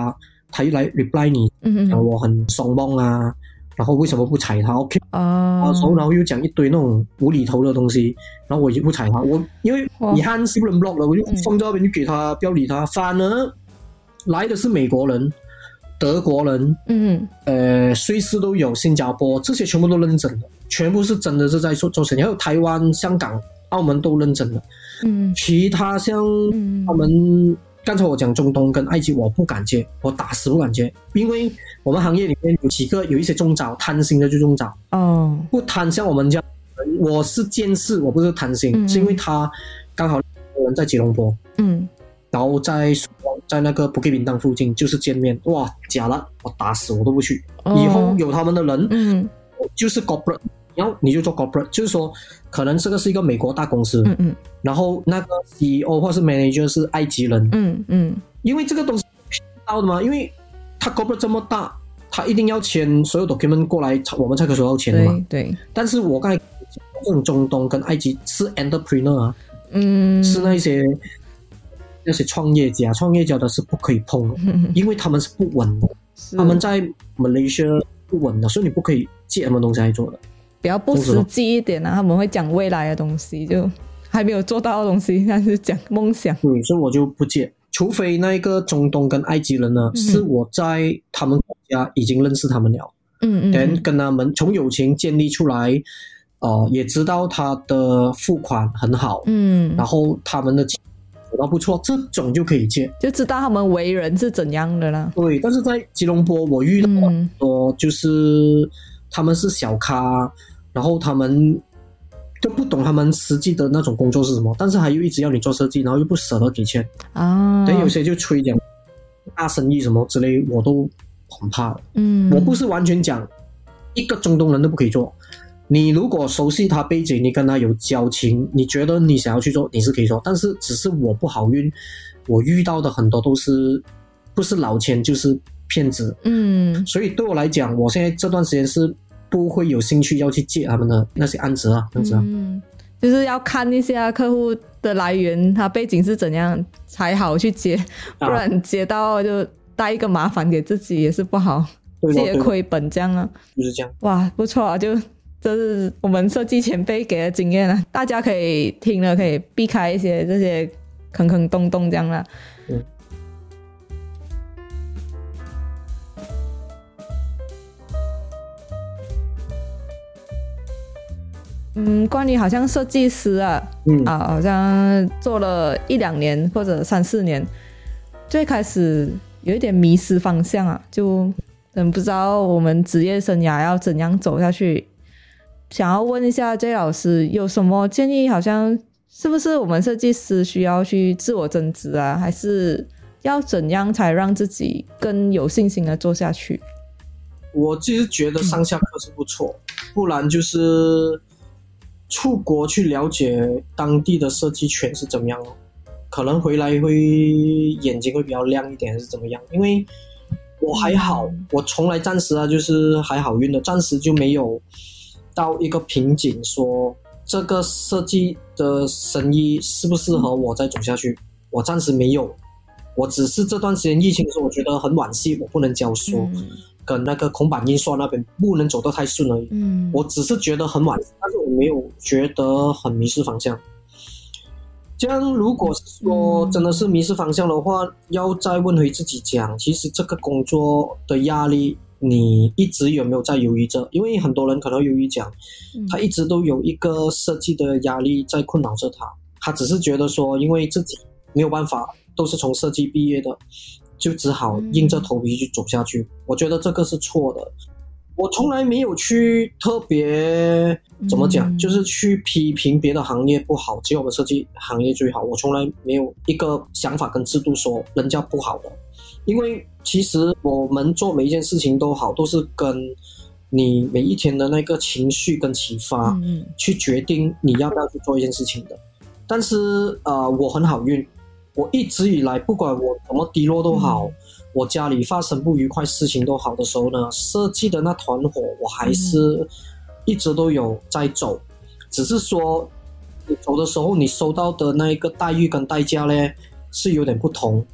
他又来 reply 你，讲我很松梦啊，然后为什么不踩他 ？OK 然后又讲一堆那种无厘头的东西，然后我也不踩他，我因为遗憾是不能 block 了，我就放在那边就给他，不要理他。反而来的是美国人、德国人，瑞士都有，新加坡这些全部都认真的，全部是真的是在做生意，还有台湾、香港、澳门都认真的。其他像他们。刚才我讲中东跟埃及，我不敢接，我打死不敢接，因为我们行业里面有一些中招，贪心的就中招。不贪像我们这样，我是监视，我不是贪心，是因为他刚好人在吉隆坡，然后在那个布吉宾当附近就是见面，哇，假了，我打死我都不去。以后有他们的人，就是 corporate。然后你就做 corporate， 就是说可能这个是一个美国大公司，然后那个 CEO 或是 manager 是埃及人，因为这个东西是到的嘛，因为他 corporate 这么大，他一定要签所有 document 过来，我们才可以收到钱的嘛。对。但是我刚才讲这种中东跟埃及是 entrepreneur 啊，是那些创业家的是不可以碰的，因为他们是不稳的，他们在 Malaysia 不稳的，所以你不可以借他们东西来做的。
比较不实际一点啊，他们会讲未来的东西，就还没有做到的东西，但是讲梦想。
所以我就不接，除非那个中东跟埃及人呢，是我在他们国家已经认识他们了，跟他们从友情建立出来，也知道他的付款很好，然后他们的走到不错，这种就可以接，
就知道他们为人是怎样的啦。
对，但是在吉隆坡我遇到很多就是他们是小咖。然后他们就不懂他们实际的那种工作是什么，但是还又一直要你做设计，然后又不舍得给钱等有些就吹讲大生意什么之类，我都很怕我不是完全讲一个中东人都不可以做，你如果熟悉他背景，你跟他有交情，你觉得你想要去做，你是可以做，但是只是我不好运，我遇到的很多都是不是老千就是骗子，所以对我来讲，我现在这段时间是不会有兴趣要去接他们的那些案子啊，这样子啊，
就是要看一下客户的来源，他背景是怎样才好去接，不然接到就带一个麻烦给自己也是不好，接亏本这样啊，
就是这样。
哇，不错啊，就这是我们设计前辈给的经验啊，大家可以听了可以避开一些这些坑坑洞洞这样啦。关于好像设计师啊，好像做了1-2年或者3-4年，最开始有一点迷失方向啊，就不知道我们职业生涯要怎样走下去。想要问一下 J 老师有什么建议，好像是不是我们设计师需要去自我增值啊，还是要怎样才让自己更有信心的做下去？
我其实觉得上下课是不错，不然就是出国去了解当地的设计圈是怎么样，可能回来会眼睛会比较亮一点还是怎么样，因为我还好，我从来暂时就是还好运的，暂时就没有到一个瓶颈说这个设计的生意适不适合我再走下去，我暂时没有，我只是这段时间疫情的时候我觉得很惋惜，我不能教书，跟那个孔板印刷那边不能走得太顺而已，我只是觉得很惋惜，但是我没有觉得很迷失方向。这样如果是说真的是迷失方向的话，要再问回自己讲，其实这个工作的压力你一直有没有在犹豫着，因为很多人可能犹豫讲他一直都有一个设计的压力在困扰着他只是觉得说因为自己没有办法都是从设计毕业的，就只好硬着头皮去走下去，我觉得这个是错的。我从来没有去特别怎么讲，就是去批评别的行业不好，只有我们设计行业最好，我从来没有一个想法跟制度说人家不好的，因为其实我们做每一件事情都好，都是跟你每一天的那个情绪跟启发去决定你要不要去做一件事情的。但是我很好运，我一直以来不管我怎么低落都好，我家里发生不愉快事情都好的时候呢，设计的那团火我还是一直都有在走，只是说你走的时候你收到的那一个待遇跟代价呢是有点不同，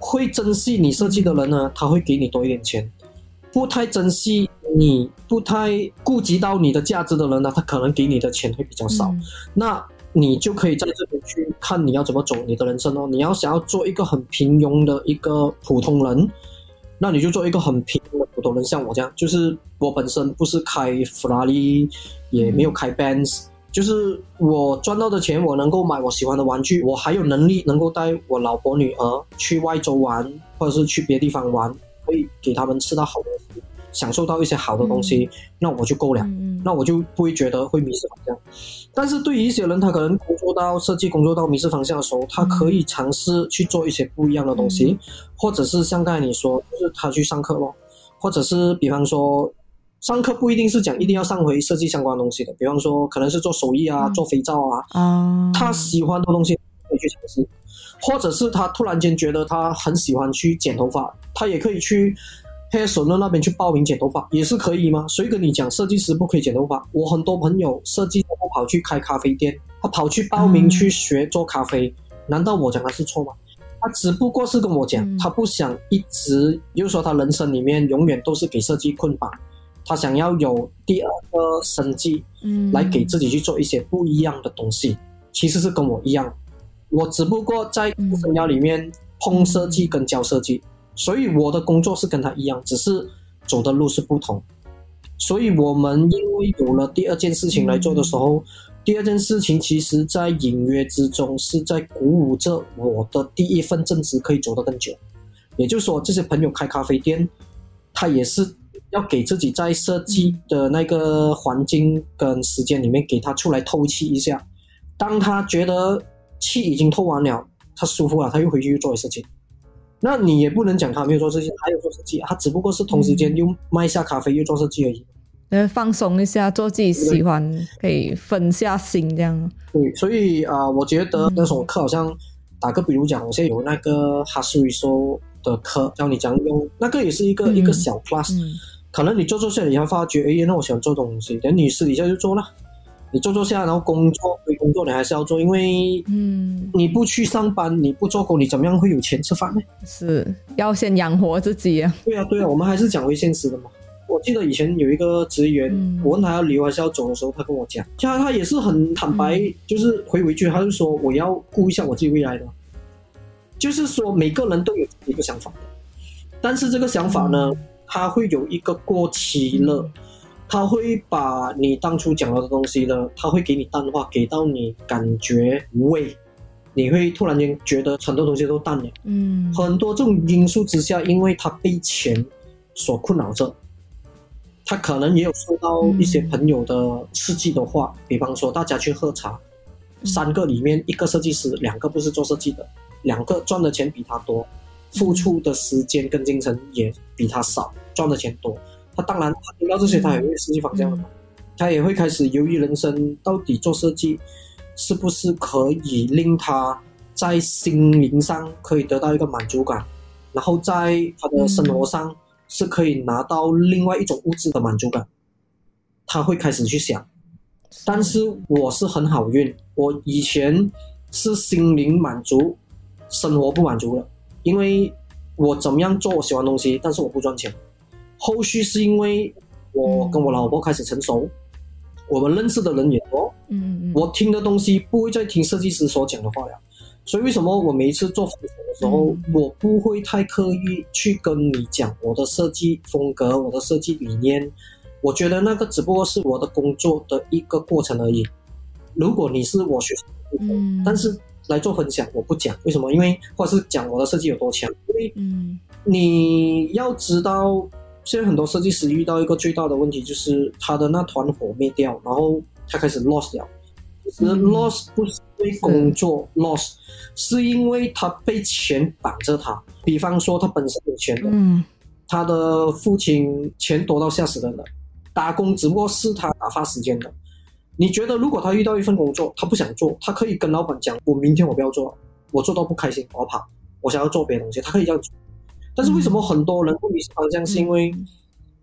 会珍惜你设计的人呢，他会给你多一点钱；不太珍惜你、不太顾及到你的价值的人呢，他可能给你的钱会比较少。那你就可以在这边去看你要怎么走你的人生哦。你要想要做一个很平庸的一个普通人，那你就做一个很平庸的普通人，像我这样，就是我本身不是开法拉利，也没有开 Benz。就是我赚到的钱，我能够买我喜欢的玩具，我还有能力能够带我老婆女儿去外州玩，或者是去别的地方玩，可以给他们吃到好的东西，享受到一些好的东西，那我就够了，那我就不会觉得会迷失方向。但是对于一些人，他可能设计工作到迷失方向的时候，他可以尝试去做一些不一样的东西，或者是像刚才你说，就是他去上课咯，或者是比方说上课不一定是讲一定要上回设计相关的东西的，比方说可能是做手艺啊，做肥皂啊，他喜欢的东西可以去尝试，或者是他突然间觉得他很喜欢去剪头发，他也可以去 hair salon 那边去报名剪头发，也是可以吗？谁跟你讲设计师不可以剪头发？我很多朋友设计都跑去开咖啡店，他跑去报名去学做咖啡，难道我讲他是错吗？他只不过是跟我讲，他不想一直，就是说他人生里面永远都是给设计捆绑，他想要有第二个生计，来给自己去做一些不一样的东西。其实是跟我一样，我只不过在生涯里面碰设计跟教设计，所以我的工作是跟他一样，只是走的路是不同。所以我们因为有了第二件事情来做的时候，第二件事情其实在隐约之中是在鼓舞着我的第一份正职可以走得更久。也就是说，这些朋友开咖啡店，他也是要给自己在设计的那个环境跟时间里面给他出来透气一下，当他觉得气已经透完了，他舒服了，他又回去做设计。那你也不能讲他没有做设计，他有做设计，他只不过是同时间又卖下咖啡又做设计而已。
放松一下，做自己喜欢，可以分下心这样。
对，所以我觉得那种课好像打个比如讲，我现在有那个哈苏瑞说的课，教你讲用，那个也是一个小 class，可能你做下来你会发觉，那我想做东西，等你私底下就做了。你做下，然后工作你还是要做，因为你不去上班，你不做工，你怎么样会有钱吃饭呢？
是要先养活自己啊。
对啊，我们还是讲回现实的嘛。我记得以前有一个职员，我问他要留还是要走的时候，他跟我讲，他也是很坦白，就是回去，他就说我要顾一下我自己未来的。就是说每个人都有一个想法，但是这个想法呢，他会有一个过期了。他会把你当初讲了的东西呢，他会给你淡化，给到你感觉无味，你会突然间觉得很多东西都淡了。很多这种因素之下，因为他被钱所困扰着，他可能也有受到一些朋友的刺激的话，比方说大家去喝茶，3个里面1个设计师，2个不是做设计的，2个赚的钱比他多，付出的时间跟精神也比他少，赚的钱多。他当然他听到这些他也会失去方向了嘛，他也会开始犹豫人生到底做设计是不是可以令他在心灵上可以得到一个满足感，然后在他的生活上是可以拿到另外一种物质的满足感，他会开始去想。但是我是很好运，我以前是心灵满足，生活不满足了，因为我怎么样做我喜欢的东西，但是我不赚钱。后续是因为我跟我老婆开始成熟，我们认识的人也多，我听的东西不会再听设计师所讲的话了。所以为什么我每一次做分享的时候，我不会太刻意去跟你讲我的设计风格，我的设计理念，我觉得那个只不过是我的工作的一个过程而已。如果你是我学习的部分，但是来做分享我不讲，为什么？因为或者是讲我的设计有多强，因为你要知道现在很多设计师遇到一个最大的问题，就是他的那团火灭掉，然后他开始 lost 了。其实 lost 不是因为工作 lost， 是因为他被钱绑着他。比方说他本身有钱的，他的父亲钱多到吓死人了，打工只不过是他打发时间的。你觉得如果他遇到一份工作他不想做，他可以跟老板讲，我明天我不要做，我做到不开心我要跑，我想要做别的东西，他可以这样做。但是为什么很多人不迷失方向，是因为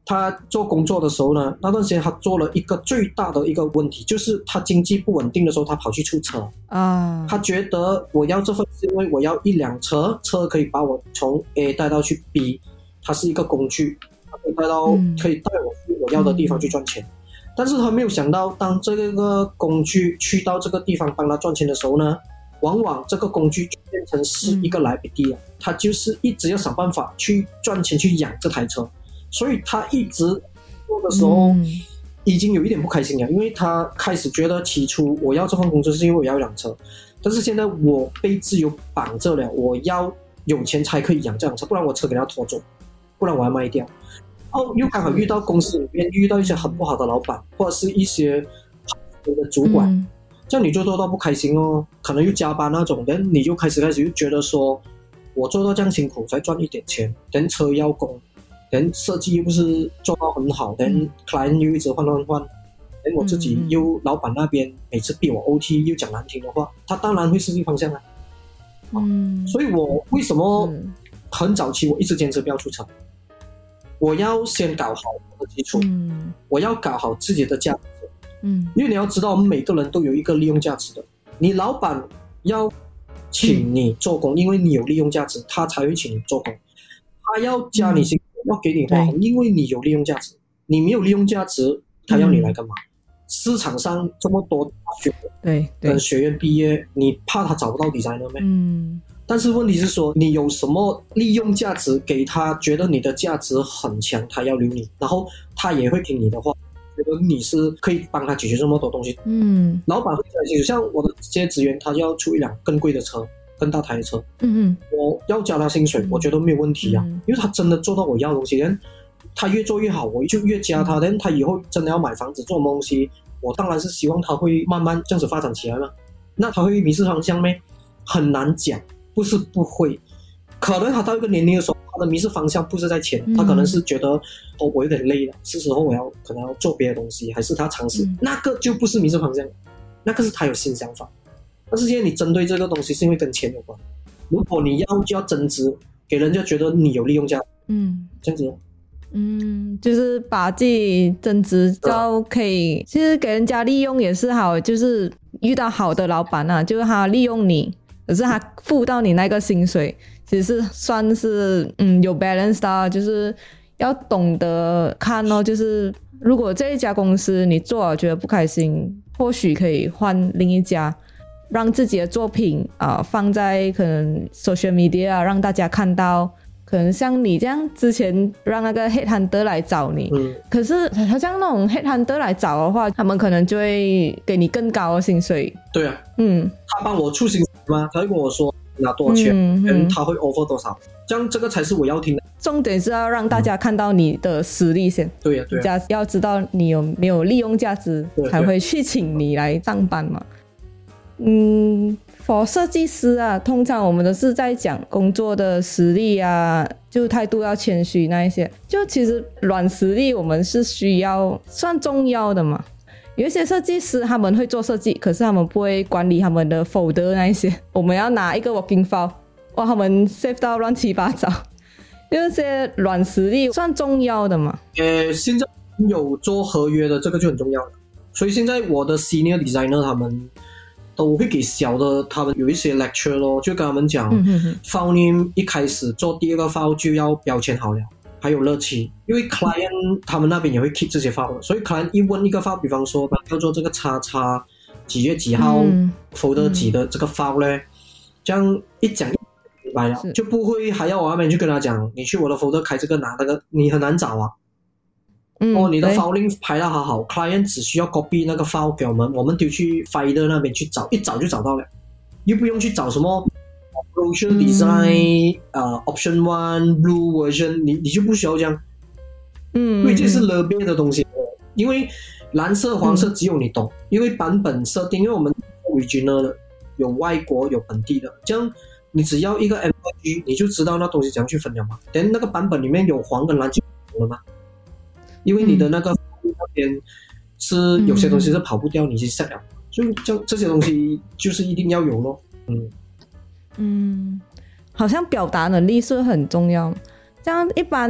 他做工作的时候呢，那段时间他做了一个最大的一个问题，就是他经济不稳定的时候，他跑去出车啊。他觉得我要这份是因为我要一辆车可以把我从 A 带到去 B， 它是一个工具，它可以带我去我要的地方去赚钱。但是他没有想到，当这个工具去到这个地方帮他赚钱的时候呢，往往这个工具就变成是一个liability了，他就是一直要想办法去赚钱去养这台车。所以他一直做的时候已经有一点不开心了，因为他开始觉得起初我要这份工作是因为我要养车，但是现在我被自由绑着了，我要有钱才可以养这辆车，不然我车给他拖走，不然我要卖掉。又刚好遇到公司里面遇到一些很不好的老板，或者是一些的主管，这样你就做到不开心哦，可能又加班那种，但你就开始又觉得说我做到这样辛苦才赚一点钱，但车要供，但设计又不是做到很好，但 client 又一直换，但我自己又老板那边每次逼我 OT 又讲难听的话，他当然会失去方向啊。所以我为什么很早期我一直坚持不要出车，我要先搞好我的基础，我要搞好自己的价值，因为你要知道我们每个人都有一个利用价值的，你老板要请你做工，因为你有利用价值，他才会请你做工，他要加你薪水，要给你花红，因为你有利用价值，你没有利用价值，他要你来干嘛？市场上这么多大学跟学院毕业，你怕他找不到 designer 吗？但是问题是说，你有什么利用价值给他，觉得你的价值很强，他要留你，然后他也会听你的话，觉得你是可以帮他解决这么多东西。老板会像我的这些职员，他就要出一辆更贵的车，更大台的车，我要加他薪水，我觉得没有问题啊，因为他真的做到我要的东西，他越做越好，我就越加他，但他以后真的要买房子做东西，我当然是希望他会慢慢这样子发展起来嘛。那他会迷失方向吗？很难讲，不是不会，可能他到一个年龄的时候，他的迷失方向不是在钱，他可能是觉得我有点累了，是时候我可能要做别的东西，还是他尝试，那个就不是迷失方向，那个是他有新想法。但是现在你针对这个东西是因为跟钱有关，如果你就要增值，给人家觉得你有利用价值，这样子。
就是把自己增值就可以，其实给人家利用也是好，就是遇到好的老板啊，就是他利用你，可是他付到你那个薪水，其实是算是有 balance 的，就是要懂得看哦，就是如果这一家公司你做了觉得不开心，或许可以换另一家，让自己的作品放在可能 social media 让大家看到。可能像你这样之前让那个 headhunter 来找你，可是好像那种 headhunter 来找的话，他们可能就会给你更高的薪水。
对啊，他帮我出薪水吗？他会跟我说拿多少钱，他会 offer 多少，这样这个才是我要听的。
重点是要让大家看到你的实力先。
对啊，
大家要知道你有没有利用价值，才会去请你来上班嘛。for 设计师啊，通常我们都是在讲工作的实力啊，就态度要谦虚那一些，就其实软实力我们是需要算重要的嘛。有一些设计师他们会做设计，可是他们不会管理他们的 folder 那一些，我们要拿一个 working file， 哇，他们 save 到乱七八糟，这些软实力算重要的嘛。
现在有做合约的这个就很重要了，所以现在我的 senior designer 他们我会给小的他们有一些 lecture 咯，就跟他们讲file name 一开始做第二个 file 就要标签好了，还有日期，因为 client 他们那边也会 keep 这些 file， 所以 client 一问一个 file， 比方说要做这个叉叉几月几号folder 几的这个 file 呢，这样一讲明白了，就不会还要我那边去跟他讲你去我的 folder 开这个拿那个，你很难找啊。你的 filing 排到好 client 只需要 copy 那个 file 给我们丢去 Finder 那边去找，一找就找到了，又不用去找什么 brochure design option 1 blue version， 你就不需要这样，因为这是 LBA 的东西，因为蓝色黄色只有你懂，因为版本设定，因为我们 original 的有外国有本地的，这样你只要一个 MPG 你就知道那东西怎样去分了嘛，等那个版本里面有黄跟蓝就懂了嘛，因为你的那个那边是有些东西是跑不掉，你去 set 了，所以这些东西就是一定要有咯。好
像表达能力是很重要。这样一般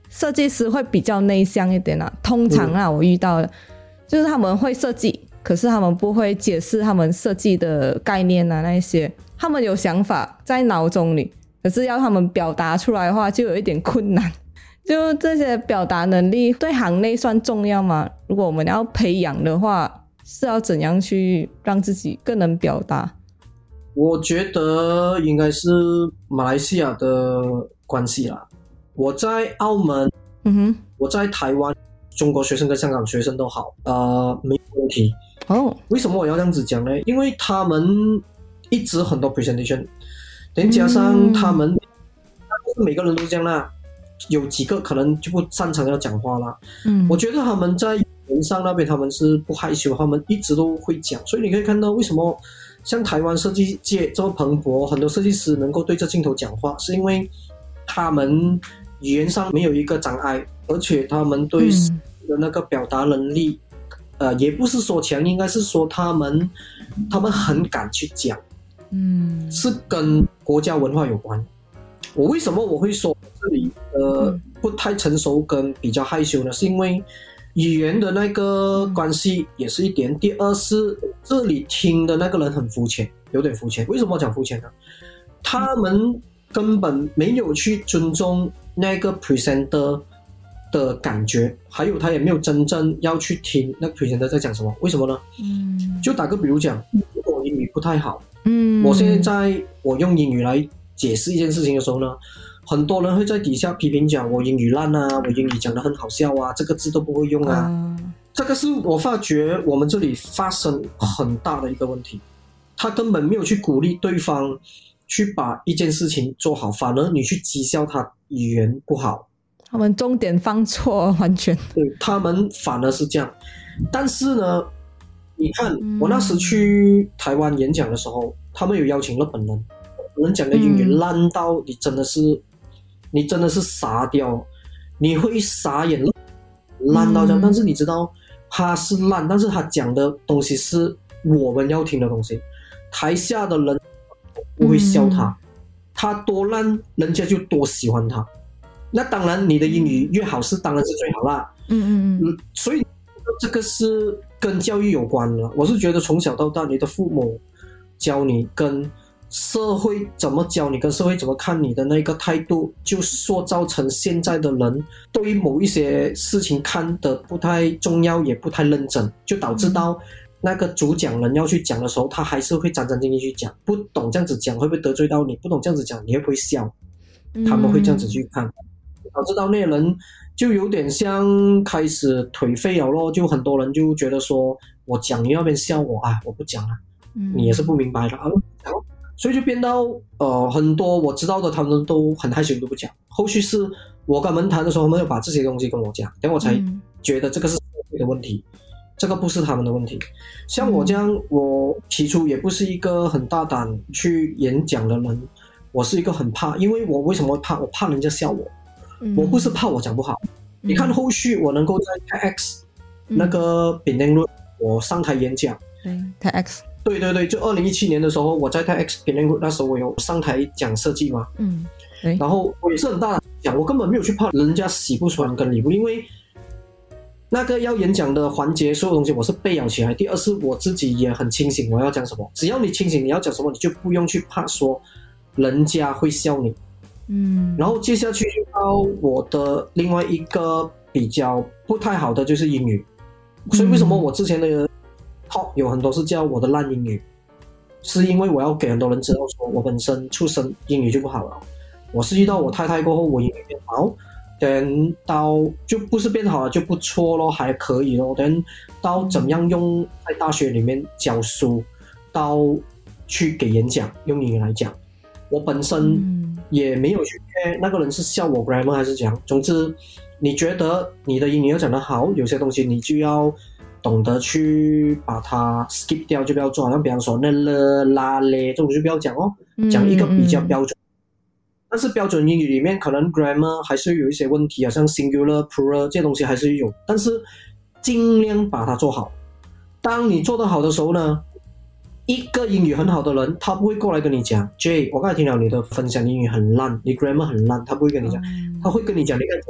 设计师会比较内向一点啊，通常啊，我遇到的就是他们会设计，可是他们不会解释他们设计的概念啊，那些他们有想法在脑中里，可是要他们表达出来的话就有一点困难。就这些表达能力对行内算重要吗？如果我们要培养的话，是要怎样去让自己更能表达？
我觉得应该是马来西亚的关系啦。我在澳门，我在台湾，中国学生跟香港学生都好，没有问题。为什么我要这样子讲呢？因为他们一直很多 presentation， 再加上他们每个人都这样啦，有几个可能就不擅长要讲话啦。我觉得他们在语言上那边他们是不害羞，他们一直都会讲，所以你可以看到为什么像台湾设计界这么蓬勃，很多设计师能够对着镜头讲话，是因为他们语言上没有一个障碍，而且他们对的那个表达能力，也不是说强，应该是说他们很敢去讲，是跟国家文化有关。我为什么我会说这里不太成熟跟比较害羞呢？是因为语言的那个关系也是一点，第二是这里听的那个人很肤浅，有点肤浅。为什么我讲肤浅呢？他们根本没有去尊重那个 presenter 的感觉，还有他也没有真正要去听那个 presenter 在讲什么。为什么呢？就打个比如讲，如果我英语不太好，我现在我用英语来解释一件事情的时候呢，很多人会在底下批评讲我英语烂啊，我英语讲得很好笑啊，这个字都不会用啊。这个是我发觉我们这里发生很大的一个问题，他根本没有去鼓励对方去把一件事情做好，反而你去讥笑他语言不好，
他们重点放错，完全
对，他们反而是这样。但是呢，你看我那时去台湾演讲的时候，他们有邀请日本人讲的英语烂到你真的是傻掉，你会傻眼，烂到这样。但是你知道他是烂，但是他讲的东西是我们要听的东西，台下的人不会笑他，他多烂人家就多喜欢他。那当然你的英语越好是当然是最好啦。所以这个是跟教育有关的。我是觉得从小到大你的父母教你，跟社会怎么教你，跟社会怎么看你的那个态度，就塑造成现在的人对于某一些事情看得不太重要，也不太认真，就导致到那个主讲人要去讲的时候，他还是会战战兢兢去讲，不懂这样子讲会不会得罪到你，不懂这样子讲你会不会笑，他们会这样子去看，导致到那些人就有点像开始颓废了咯。就很多人就觉得说我讲你那边笑我啊，我不讲了，你也是不明白的啊，所以就变到很多我知道的他们都很害羞都不讲。后续是我跟他们谈的时候，他们有把这些东西跟我讲，等我才觉得这个是社会的问题，这个不是他们的问题。像我这样，我起初也不是一个很大胆去演讲的人，我是一个很怕，因为我为什么会怕？我怕人家笑我，我不是怕我讲不好。你看后续我能够在 TEDx 那个Penang Road我上台演讲
，TEDx
对对对，就2017年的时候，我在 TEDx Penang Road 那时候我有上台讲设计嘛，然后我也是很大胆讲，我根本没有去怕人家喜不喜欢跟理不，因为那个要演讲的环节所有东西我是背了起来。第二是我自己也很清醒我要讲什么，只要你清醒你要讲什么，你就不用去怕说人家会笑你。然后接下去就到我的另外一个比较不太好的就是英语，所以为什么我之前的talk 有很多是叫我的烂英语，是因为我要给很多人知道说我本身出生英语就不好了。我是遇到我太太过后我英语变好，等到就不是变好了就不错咯，还可以咯，等到怎么样用在大学里面教书，到去给演讲用英语来讲，我本身也没有去看那个人是笑我 grammar 还是怎样。总之你觉得你的英语要讲得好，有些东西你就要懂得去把它 skip 掉，就不要做，好像比方说那了啦嘞这种就不要讲哦，讲一个比较标准。但是标准英语里面可能 grammar 还是有一些问题啊，像 singular plural 这些东西还是有，但是尽量把它做好。当你做得好的时候呢，一个英语很好的人他不会过来跟你讲 Jay 我刚才听到你的分享英语很烂，你 grammar 很烂，他不会跟你讲，他会跟你讲你看这东西很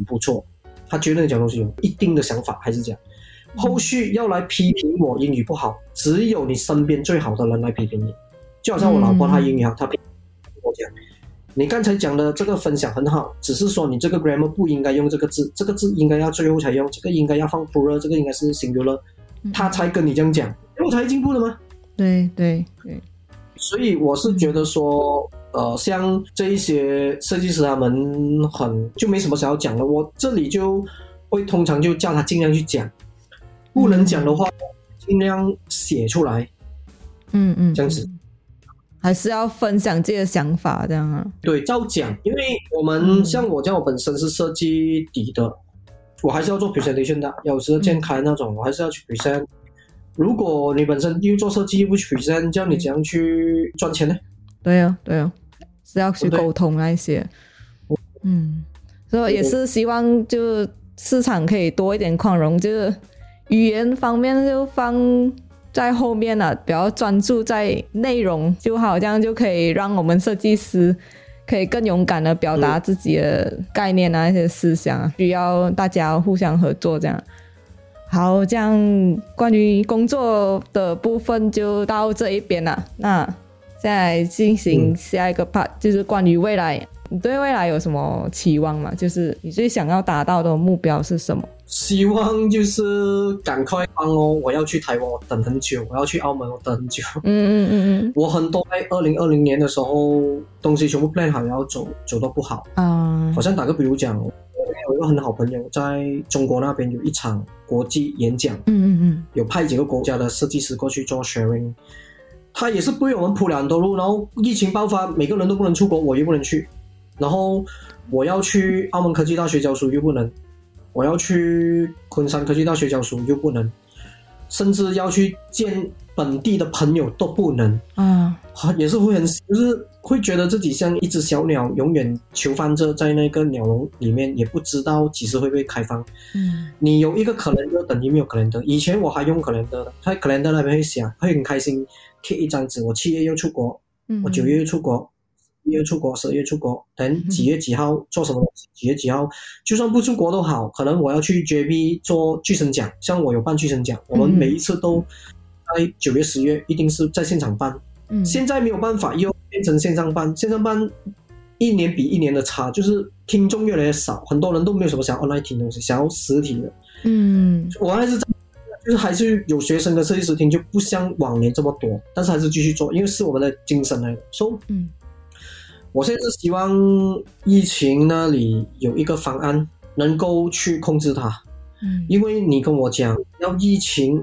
不错，他觉得你讲东西有一定的想法，还是这样。后续要来批评我英语不好，只有你身边最好的人来批评你。就好像我老婆她英语好，她批评我讲，你刚才讲的这个分享很好，只是说你这个 grammar 不应该用这个字，这个字应该要最后才用，这个应该要放 plural， 这个应该是 singular，他才跟你这样讲，我才进步了吗？
对对对。
所以我是觉得说，像这一些设计师他们就没什么想要讲的，我这里就会通常就叫他尽量去讲，不能讲的话，尽量写出来。这样子。
还是要分享自己的想法，这样啊？
对，照讲，因为我们像我本身是设计底的，我还是要做 presentation 的，有时候见开那种，我还是要去 present。如果你本身又做设计又不去 present， 叫你怎样去赚钱呢？
对啊，是要去沟通那些。所以也是希望就市场可以多一点宽容，就是语言方面就放在后面了，比较专注在内容就好，这样就可以让我们设计师可以更勇敢的表达自己的概念啊，一些思想啊，需要大家互相合作这样。好，这样关于工作的部分就到这一边了。那现在进行下一个 part，就是关于未来，你对未来有什么期望吗？就是你最想要达到的目标是什么？
希望就是赶快帮我要去台湾，我等很久；我要去澳门，我等很久。我很多在2020年的时候，东西全部 plan 好，然后走都不好。好像打个比如讲，我有一个很好朋友在中国那边有一场国际演讲，有派几个国家的设计师过去做 sharing， 他也是被我们铺了很多路，然后疫情爆发，每个人都不能出国，我又不能去，然后我要去澳门科技大学教书又不能。我要去昆山科技大学教书又不能，甚至要去见本地的朋友都不能，也是会就是会觉得自己像一只小鸟，永远囚犯着在那个鸟笼里面，也不知道几时会被开放。你有一个calendar等于没有calendar。以前我还用calendar的，在calendar那边会写，会很开心贴一张纸，我7月又出国，我9月又出国。1月出国，12月出国，等几月几号做什么东西，几月几号，就算不出国都好，可能我要去 JB 做巨声奖，像我有办巨声奖，我们每一次都在9月10月一定是在现场办，现在没有办法又变成线上办，线上办一年比一年的差，就是听众越来越少，很多人都没有什么想要 online 听东西，想要实体的。我还是就是还是有学生跟设计师听，就不像往年这么多，但是还是继续做，因为是我们的精神来的。我现在是希望疫情那里有一个方案能够去控制它，因为你跟我讲要疫情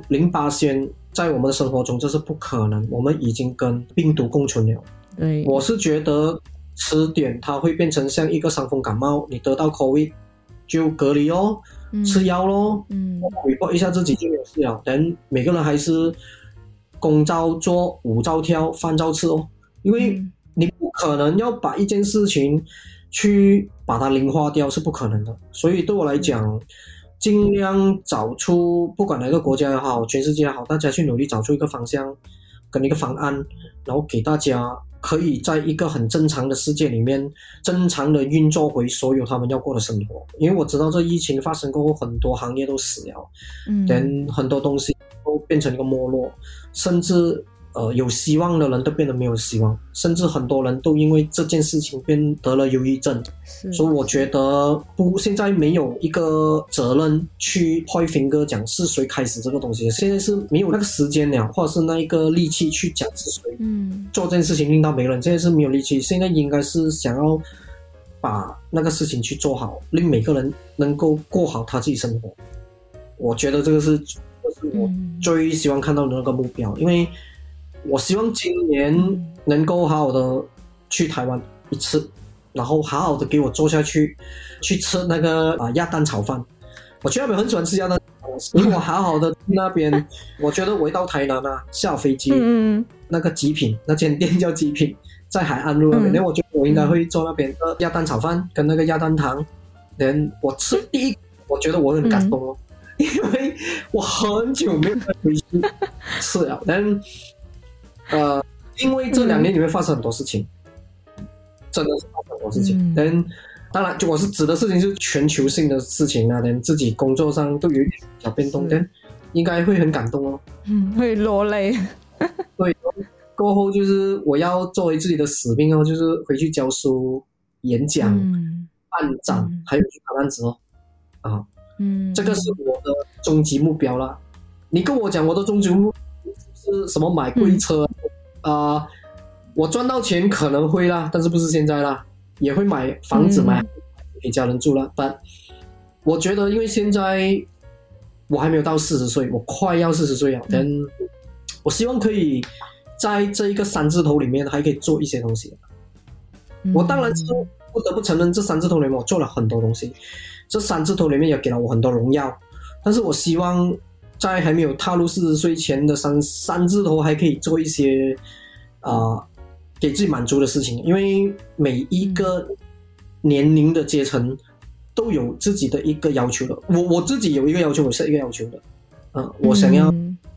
0%在我们的生活中，这是不可能，我们已经跟病毒共存了。我是觉得迟点它会变成像一个伤风感冒，你得到 COVID 就隔离咯，吃药咯，report 一下自己就没有事了，但每个人还是公招做，舞招跳，饭招吃哦，因为你不可能要把一件事情去把它零化掉，是不可能的。所以对我来讲，尽量找出不管哪个国家也好，全世界也好，大家去努力找出一个方向跟一个方案，然后给大家可以在一个很正常的世界里面正常的运作回所有他们要过的生活。因为我知道这疫情发生过后，很多行业都死了，很多东西都变成一个没落，甚至有希望的人都变得没有希望，甚至很多人都因为这件事情变得了忧郁症。所以我觉得现在没有一个责任去point finger讲是谁开始这个东西，现在是没有那个时间了，或者是那一个力气去讲是谁做这件事情令到每个人，现在是没有力气，现在应该是想要把那个事情去做好，令每个人能够过好他自己生活。我觉得这个是我最希望看到的那个目标，因为我希望今年能够好好的去台湾一次，然后好好的给我坐下去吃那个鸭蛋炒饭。我去那边很喜欢吃鸭蛋炒饭，如果我好好的去那边我觉得我一到台南下飞机那个极品，那间店叫极品，在海岸路那边，我觉得我应该会做那边的鸭蛋炒饭跟那个鸭蛋汤。我吃第一，我觉得我很感动因为我很久没有回去吃了，因为这2年里面发生很多事情，真的是发生很多事情。 当然，就我是指的事情是全球性的事情啊，连自己工作上都有一点小变动，但应该会很感动哦。
会落泪。
对，过后就是我要作为自己的使命哦，就是回去教书、演讲、办展，还有去打案子哦。这个是我的终极目标啦。你跟我讲我的终极目标是什么？买贵车我赚到钱可能会啦，但是不是现在啦，也会买房子买给家人住啦。但我觉得因为现在我还没有到40岁，我快要40岁了，但我希望可以在这一个3字头里面还可以做一些东西。我当然是不得不承认，这3字头里面我做了很多东西，这3字头里面也给了我很多荣耀，但是我希望在还没有踏入40岁前的三字头还可以做一些给自己满足的事情，因为每一个年龄的阶层都有自己的一个要求的。我自己有一个要求，我是一个要求的。我想要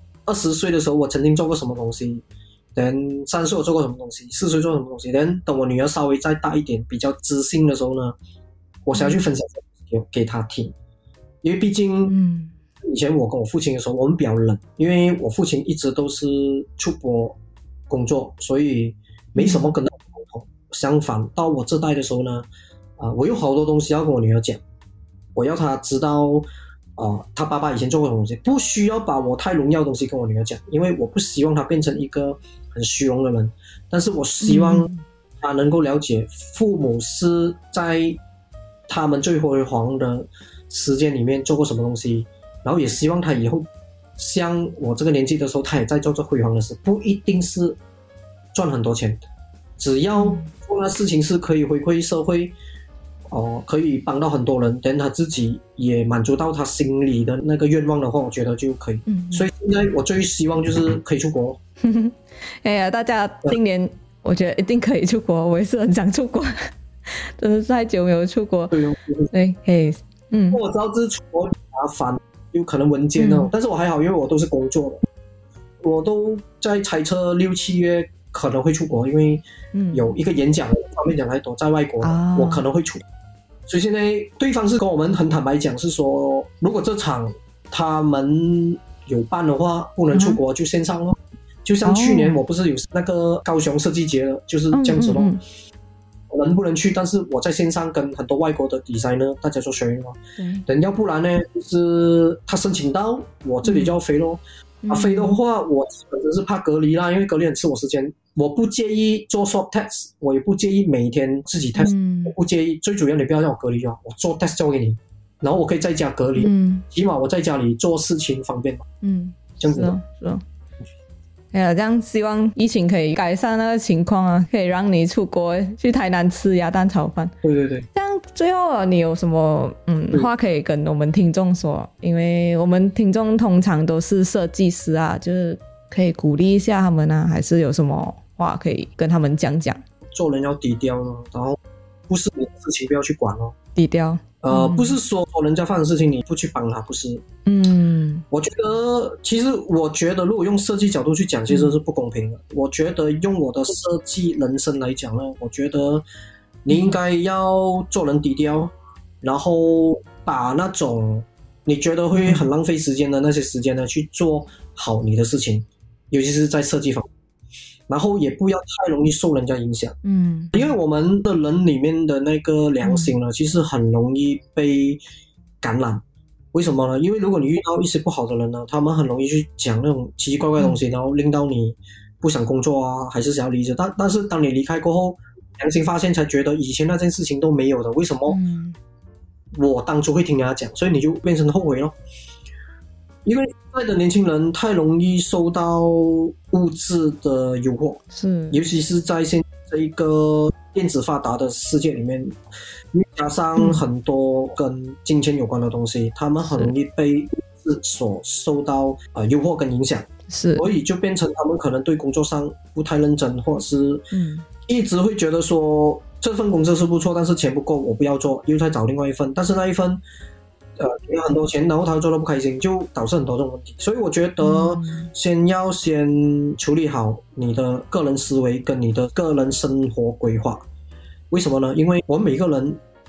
20岁的时候我曾经做过什么东西，等30岁我做过什么东西，40岁做什么东西，等我女儿稍微再大一点比较知性的时候呢，我想要去分享给她听。因为毕竟以前我跟我父亲的时候我们比较冷，因为我父亲一直都是出国工作，所以没什么跟他沟通。相反到我这代的时候呢，我有好多东西要跟我女儿讲，我要她知道他爸爸以前做过的东西，不需要把我太荣耀的东西跟我女儿讲，因为我不希望她变成一个很虚荣的人，但是我希望她能够了解父母是在他们最辉煌的时间里面做过什么东西，然后也希望她以后像我这个年纪的时候，她也在做这辉煌的事，不一定是赚很多钱，只要做的事情是可以回馈社会可以帮到很多人，但他自己也满足到他心里的那个愿望的话，我觉得就可以。所以现在我最希望就是可以出国。
哎呀，大家今年我觉得一定可以出国，我也是很想出国，真的是太久没有出国。
对，我知道这出国麻烦，有可能文件但是我还好，因为我都是工作的，我都在猜测6、7月可能会出国，因为有一个演讲方面讲太多，在外国我可能会出。所以现在对方是跟我们很坦白讲，是说如果这场他们有办的话，不能出国就线上咯。就像去年我不是有那个高雄设计节了，就是这样子咯。我能不能去，但是我在线上跟很多外国的 designer 大家做 sharing 咯。等要不然呢，就是他申请到我这里就要飞咯。飞的话我本身是怕隔离啦，因为隔离很吃我时间。我不介意做 swab test， 我也不介意每天自己 test，我不介意，最主要你不要让我隔离就好，我做 test 交给你，然后我可以在家隔离，起码我在家里做事情方便嘛。这样子
是哦。哎呀，这样希望疫情可以改善那个情况啊，可以让你出国去台南吃鸭蛋炒饭。
对，
这样最后你有什么话可以跟我们听众说？因为我们听众通常都是设计师啊，就是可以鼓励一下他们啊，还是有什么话可以跟他们讲？
做人要低调咯，然后不是你的事情不要去管咯。
低调。
不是说人家犯的事情你不去帮他，不是。我觉得如果用设计角度去讲，其实是不公平的。我觉得用我的设计人生来讲呢，我觉得你应该要做人低调，然后把那种你觉得会很浪费时间的那些时间呢，去做好你的事情，尤其是在设计方面。然后也不要太容易受人家影响，因为我们的人里面的那个良心呢，其实很容易被感染。为什么呢？因为如果你遇到一些不好的人呢，他们很容易去讲那种奇奇怪怪的东西，然后令到你不想工作啊，还是想要离职。但是当你离开过后，良心发现才觉得以前那件事情都没有的，为什么我当初会听人家讲？所以你就变成后悔咯。因为现在的年轻人太容易受到物质的诱惑，尤其是在现在这一个电子发达的世界里面，加上很多跟金钱有关的东西，他们很容易被物质所受到诱惑跟影响，所以就变成他们可能对工作上不太认真，或者是一直会觉得说这份工作是不错，但是钱不够，我不要做，又再找另外一份，但是那一份给很多钱，然后他做得不开心，就导致很多这种问题。所以我觉得先处理好你的个人思维跟你的个人生活规划。为什么呢？因为我们每个人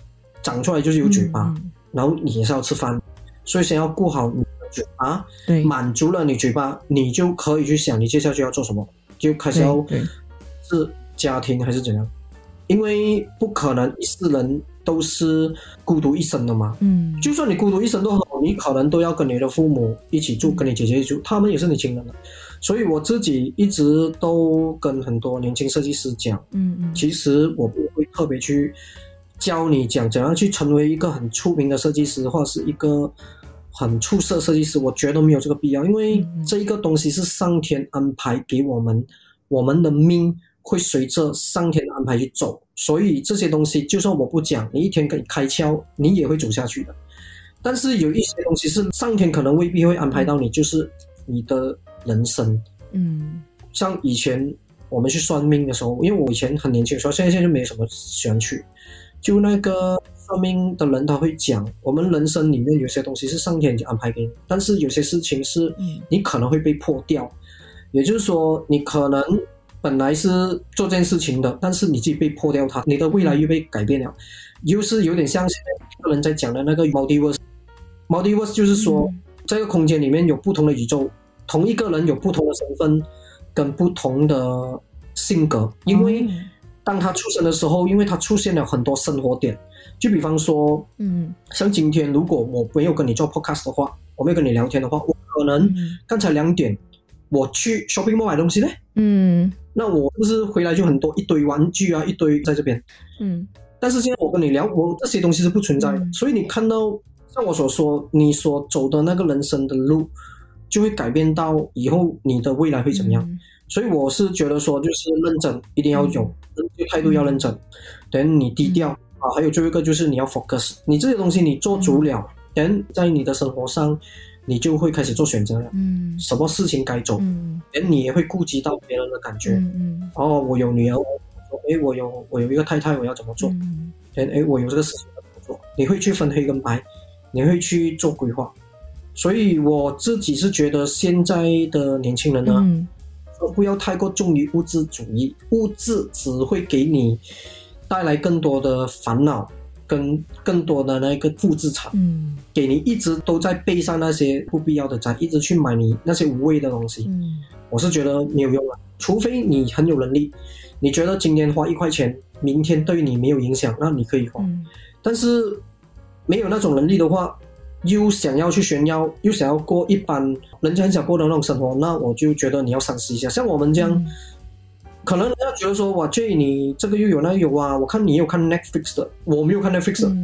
长出来就是有嘴巴，然后你也是要吃饭，所以先要顾好你的嘴巴，满足了你嘴巴，你就可以去想你接下去要做什么，就开始要是家庭还是怎样，因为不可能一世人都是孤独一生的嘛。就算你孤独一生都好，你可能都要跟你的父母一起住，跟你姐姐一起住，他们也是你亲人的。所以我自己一直都跟很多年轻设计师讲，其实我不会特别去教你讲怎样去成为一个很出名的设计师，或者是一个很出色设计师，我觉得没有这个必要，因为这一个东西是上天安排给我们，我们的命会随着上天的安排去走，所以这些东西就算我不讲，你一天给你开窍，你也会走下去的。但是有一些东西是上天可能未必会安排到你，就是你的人生。像以前我们去算命的时候，因为我以前很年轻的时候，现在就没什么喜欢去，就那个算命的人他会讲，我们人生里面有些东西是上天已经安排给你，但是有些事情是你可能会被破掉，也就是说你可能本来是做这件事情的，但是你自己被破掉它，你的未来又被改变了，就是有点像现在一个人在讲的那个 multiverse 就是说这个空间里面有不同的宇宙，同一个人有不同的身份跟不同的性格，因为当他出生的时候，因为他出现了很多生活点，就比方说像今天如果我没有跟你做 podcast 的话，我没有跟你聊天的话，我可能刚才2点我去 shopping mall 买东西呢，那我是不是回来就很多一堆玩具啊，一堆在这边，但是现在我跟你聊，我这些东西是不存在的，所以你看到像我所说你所走的那个人生的路就会改变到以后你的未来会怎么样，所以我是觉得说就是认真一定要有，态度要认真，等你低调还有最后一个就是你要 focus， 你这些东西你做足了，等在你的生活上你就会开始做选择了，什么事情该做，你也会顾及到别人的感觉，我有女儿，我有一个太太，我要怎么做，我有这个事情要怎么做，你会去分黑跟白，你会去做规划。所以我自己是觉得现在的年轻人呢，不要太过重于物质主义，物质只会给你带来更多的烦恼跟更多的那个负资产，给你一直都在背上那些不必要的债，一直去买你那些无谓的东西，我是觉得没有用了，除非你很有能力，你觉得今天花1块钱明天对你没有影响，那你可以花，但是没有那种能力的话，又想要去炫耀，又想要过一般人家很想过的那种生活，那我就觉得你要三思一下。像我们这样，可能人家觉得说哇 Jay 你这个又有那个有啊，我看你也有看 Netflix 的，我没有看 Netflix 的，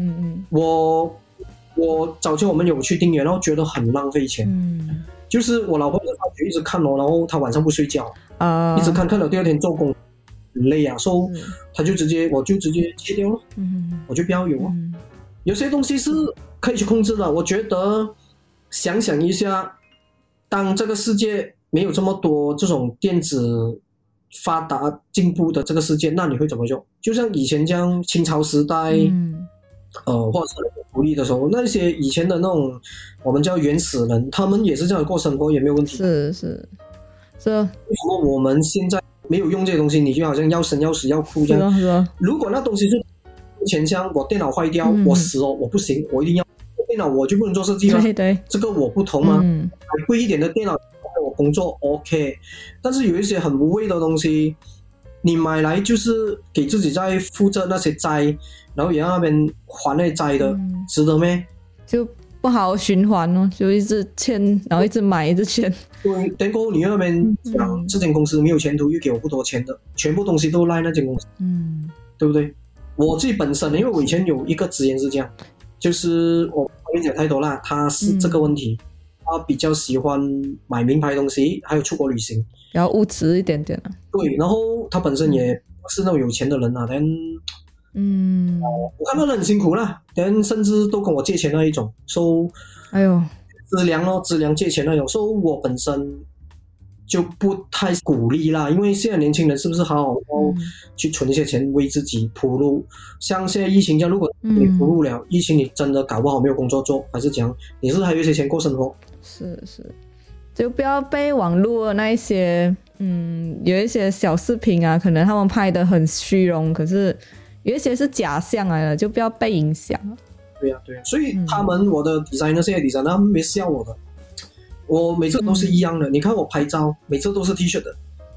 我早前我们有去订阅，然后觉得很浪费钱，就是我老婆就一直看然后她晚上不睡觉，一直看了第二天做工很累啊，所以我就直接切掉了，我就不要有啊。有些东西是可以去控制的，我觉得想想一下，当这个世界没有这么多这种电子发达进步的这个世界，那你会怎么用？就像以前这样清朝时代或者是独立的时候，那些以前的那种我们叫原始人，他们也是这样过生活，也没有问题。
是
为什么我们现在没有用这些东西，你就好像要生要死要哭这样？如果那东西是前像我电脑坏掉，我死我不行，我一定要电脑，我就不能做设计了。
对，
这个我不同吗？买贵一点的电脑我工作 OK， 但是有一些很无谓的东西，你买来就是给自己在负责那些债，然后也让那边还那些债的，值得咩？
就不好循环哦，就一直欠，然后一直买一直欠。
对，等过后你那边讲这间公司没有前途，又给我不多钱的，全部东西都赖那间公司，对不对？我自己本身，因为我以前有一个职业是这样，就是我不跟你讲太多啦，他是这个问题，他比较喜欢买名牌东西，还有出国旅行，
然后物质一点点啊。
对，然后他本身也不是那种有钱的人啊，但我看到他很辛苦啦，但甚至都跟我借钱那一种，
哎呦，
资粮借钱那种，我本身就不太鼓励啦，因为现在年轻人是不是好好去存一些钱为自己铺路？像现在疫情这样，如果你铺路了，疫情你真的搞不好没有工作做，还是讲你是还有一些钱过生活？
是，就不要被网络的那一些有一些小视频啊，可能他们拍的很虚荣，可是有一些是假象来的，就不要被影响。
对啊，所以我的 designer 这些 designer 他们没笑我的，我每次都是一样的。你看我拍照，每次都是 T 恤的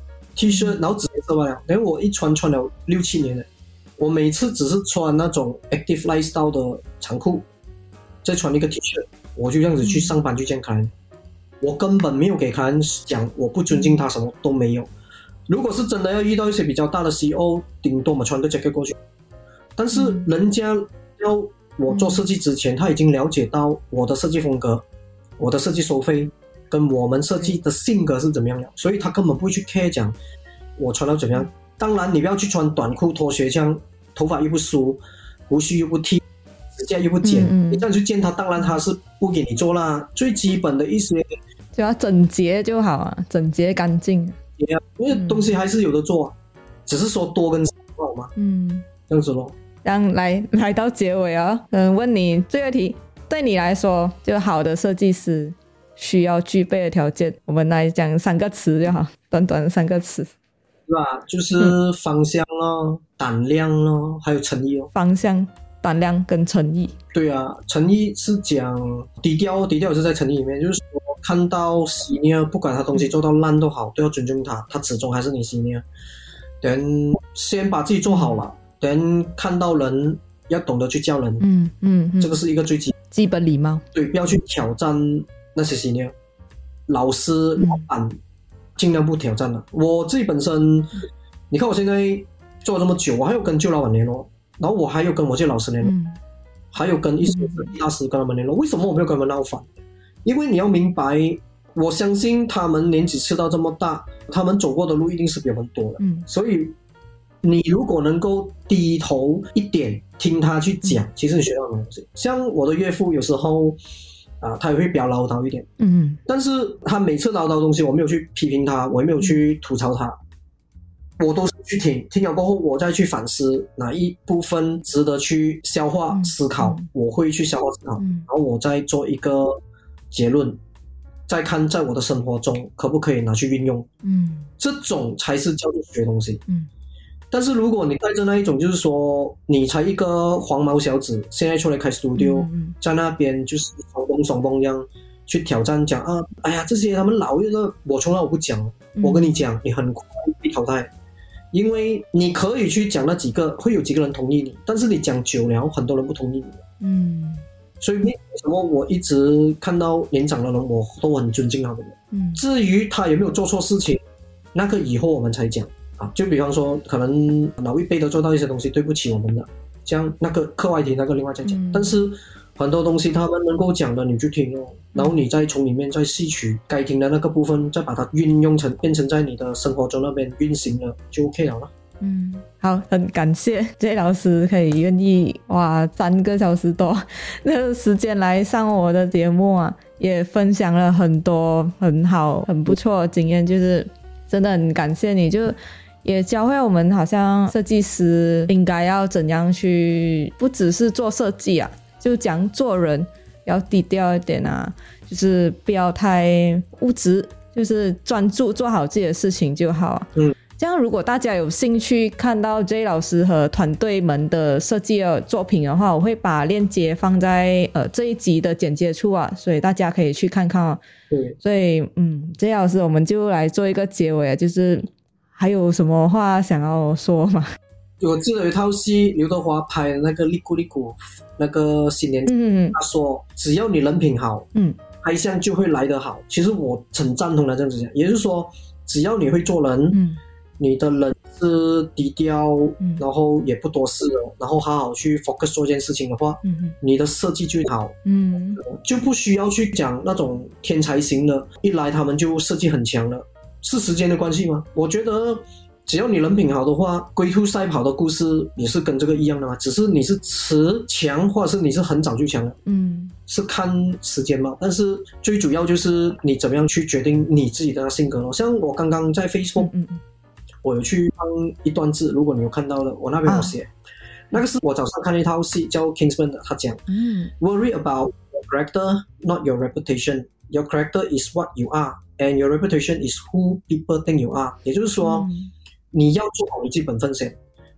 T 恤，然后紫色罢了。然后我一穿了6-7年了，我每次只是穿那种 active lifestyle 的长裤，再穿一个 T 恤，我就这样子去上班去见客人。我根本没有给客人讲我不尊敬他，什么都没有。如果是真的要遇到一些比较大的 CEO， 顶多我穿个 jacket 过去。但是人家要我做设计之前，他已经了解到我的设计风格、我的设计收费跟我们设计的性格是怎么样的，所以他根本不会去 care 讲我穿到怎么样。当然你不要去穿短裤拖鞋，这样头发又不梳，胡须又不剃，指甲又不剪，你这样去见他，当然他是不给你做啦。最基本的一些
就要整洁就好啊，整洁干净。
因为东西还是有的做，只是说多跟少好吗？这样子咯。
这样来到结尾啊，问你最后一题，对你来说，就好的设计师需要具备的条件，我们来讲3个词就好，短短的3个词，
是吧？就是方向咯，胆量咯，还有诚意咯。
方向、胆量跟诚意。对
啊，诚意是讲低调也是在诚意里面，就是说看到 senior， 不管他东西做到烂都好，都要尊重他，他始终还是你 senior。等先把自己做好了。等看到人要懂得去叫人，这个是一个最
基本礼貌。
对，不要去挑战那些 senior， 老师、老板尽量不挑战了。我自己本身，你看我现在做这么久，我还有跟旧老板联络，然后我还有跟我这些老师联络，还有跟一些设计大师跟他们联络。为什么我没有跟他们闹翻？因为你要明白，我相信他们年纪吃到这么大，他们走过的路一定是比我们多的，所以你如果能够低头一点听他去讲，其实你学到很多东西。像我的岳父有时候他也会比较唠叨一点，但是他每次唠叨的东西我没有去批评他，我也没有去吐槽他，我都是去听了过后我再去反思哪一部分值得去消化思考，我会去消化思考，然后我再做一个结论，再看在我的生活中可不可以拿去运用，这种才是叫做学东西。但是如果你带着那一种就是说你才一个黄毛小子，现在出来开 studio，在那边就是爽蹦一样去挑战讲哎呀这些他们老了，我从来我不讲，我跟你讲，你很快被淘汰，因为你可以去讲那几个，会有几个人同意你，但是你讲久了很多人不同意你。所以为什么我一直看到年长的人我都很尊敬他们的。至于他有没有做错事情，那个以后我们才讲。就比方说可能老一辈都做到一些东西对不起我们的，这样那个课外题那个另外再讲，但是很多东西他们能够讲的你就听哦，然后你再从里面再吸取该听的那个部分，再把它运用成变成在你的生活中那边运行了，就 OK 了。
好，很感谢 J 老师可以愿意3个小时多的时间来上我的节目也分享了很多很好很不错的经验，就是真的很感谢你，就也教会我们好像设计师应该要怎样去，不只是做设计就讲做人要低调一点就是不要太物质，就是专注做好自己的事情就好这样如果大家有兴趣看到 J 老师和团队们的设计的作品的话，我会把链接放在这一集的简介处所以大家可以去看看所以J 老师我们就来做一个结尾就是还有什么话想要说吗？
我记得有一套戏刘德华拍的那个利古那个新年他说只要你人品好拍相就会来得好。其实我很赞同他这样子讲，也就是说只要你会做人你的人是低调然后也不多事然后好好去 focus 做一件事情的话你的设计就好就不需要去讲那种天才型的，一来他们就设计很强了，是时间的关系吗？我觉得只要你人品好的话，龟兔赛跑的故事也是跟这个一样的嘛，只是你是迟强或者是你是很早就强了是看时间嘛。但是最主要就是你怎么样去决定你自己的性格咯。像我刚刚在 Facebook我有去放一段字，如果你有看到的，我那边有写那个是我早上看了一套戏叫 Kingsman 的，他讲Worry about your character not your reputation. Your character is what you are and your reputation is who people think you are. 也就是说你要做好你自己本分先，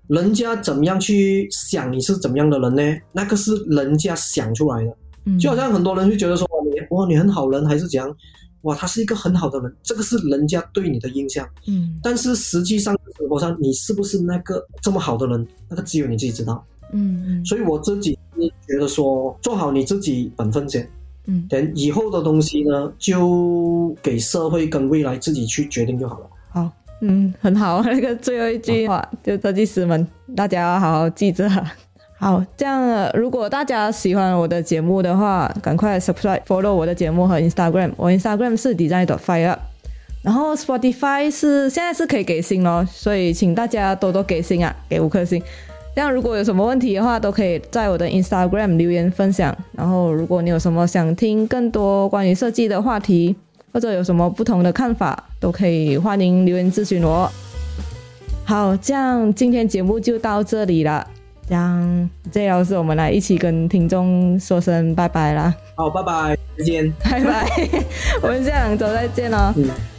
人家怎么样去想你是怎么样的人呢？那个是人家想出来的。就好像很多人会觉得说，哇，你很好人还是怎样，哇，他是一个很好的人，这个是人家对你的印象。但是实际上生活上你是不是那个这么好的人，那个只有你自己知道。所以我自己觉得说，做好你自己本分先，等以后的东西呢，就给社会跟未来自己去决定就好了。
好，很好，那个最后一句话，就设计师们，大家要好好记着。好，这样如果大家喜欢我的节目的话，赶快 subscribe follow 我的节目和 Instagram， 我 Instagram 是 design.fireup， 然后 Spotify 现在是可以给星咯，所以请大家多多给星啊，给5颗星。这样如果有什么问题的话，都可以在我的 Instagram 留言分享。然后如果你有什么想听更多关于设计的话题，或者有什么不同的看法，都可以欢迎留言咨询我。好，这样今天节目就到这里了。这样J老师，我们来一起跟听众说声拜拜啦。
好，拜拜，再见。
拜拜，我们下2周再见哦。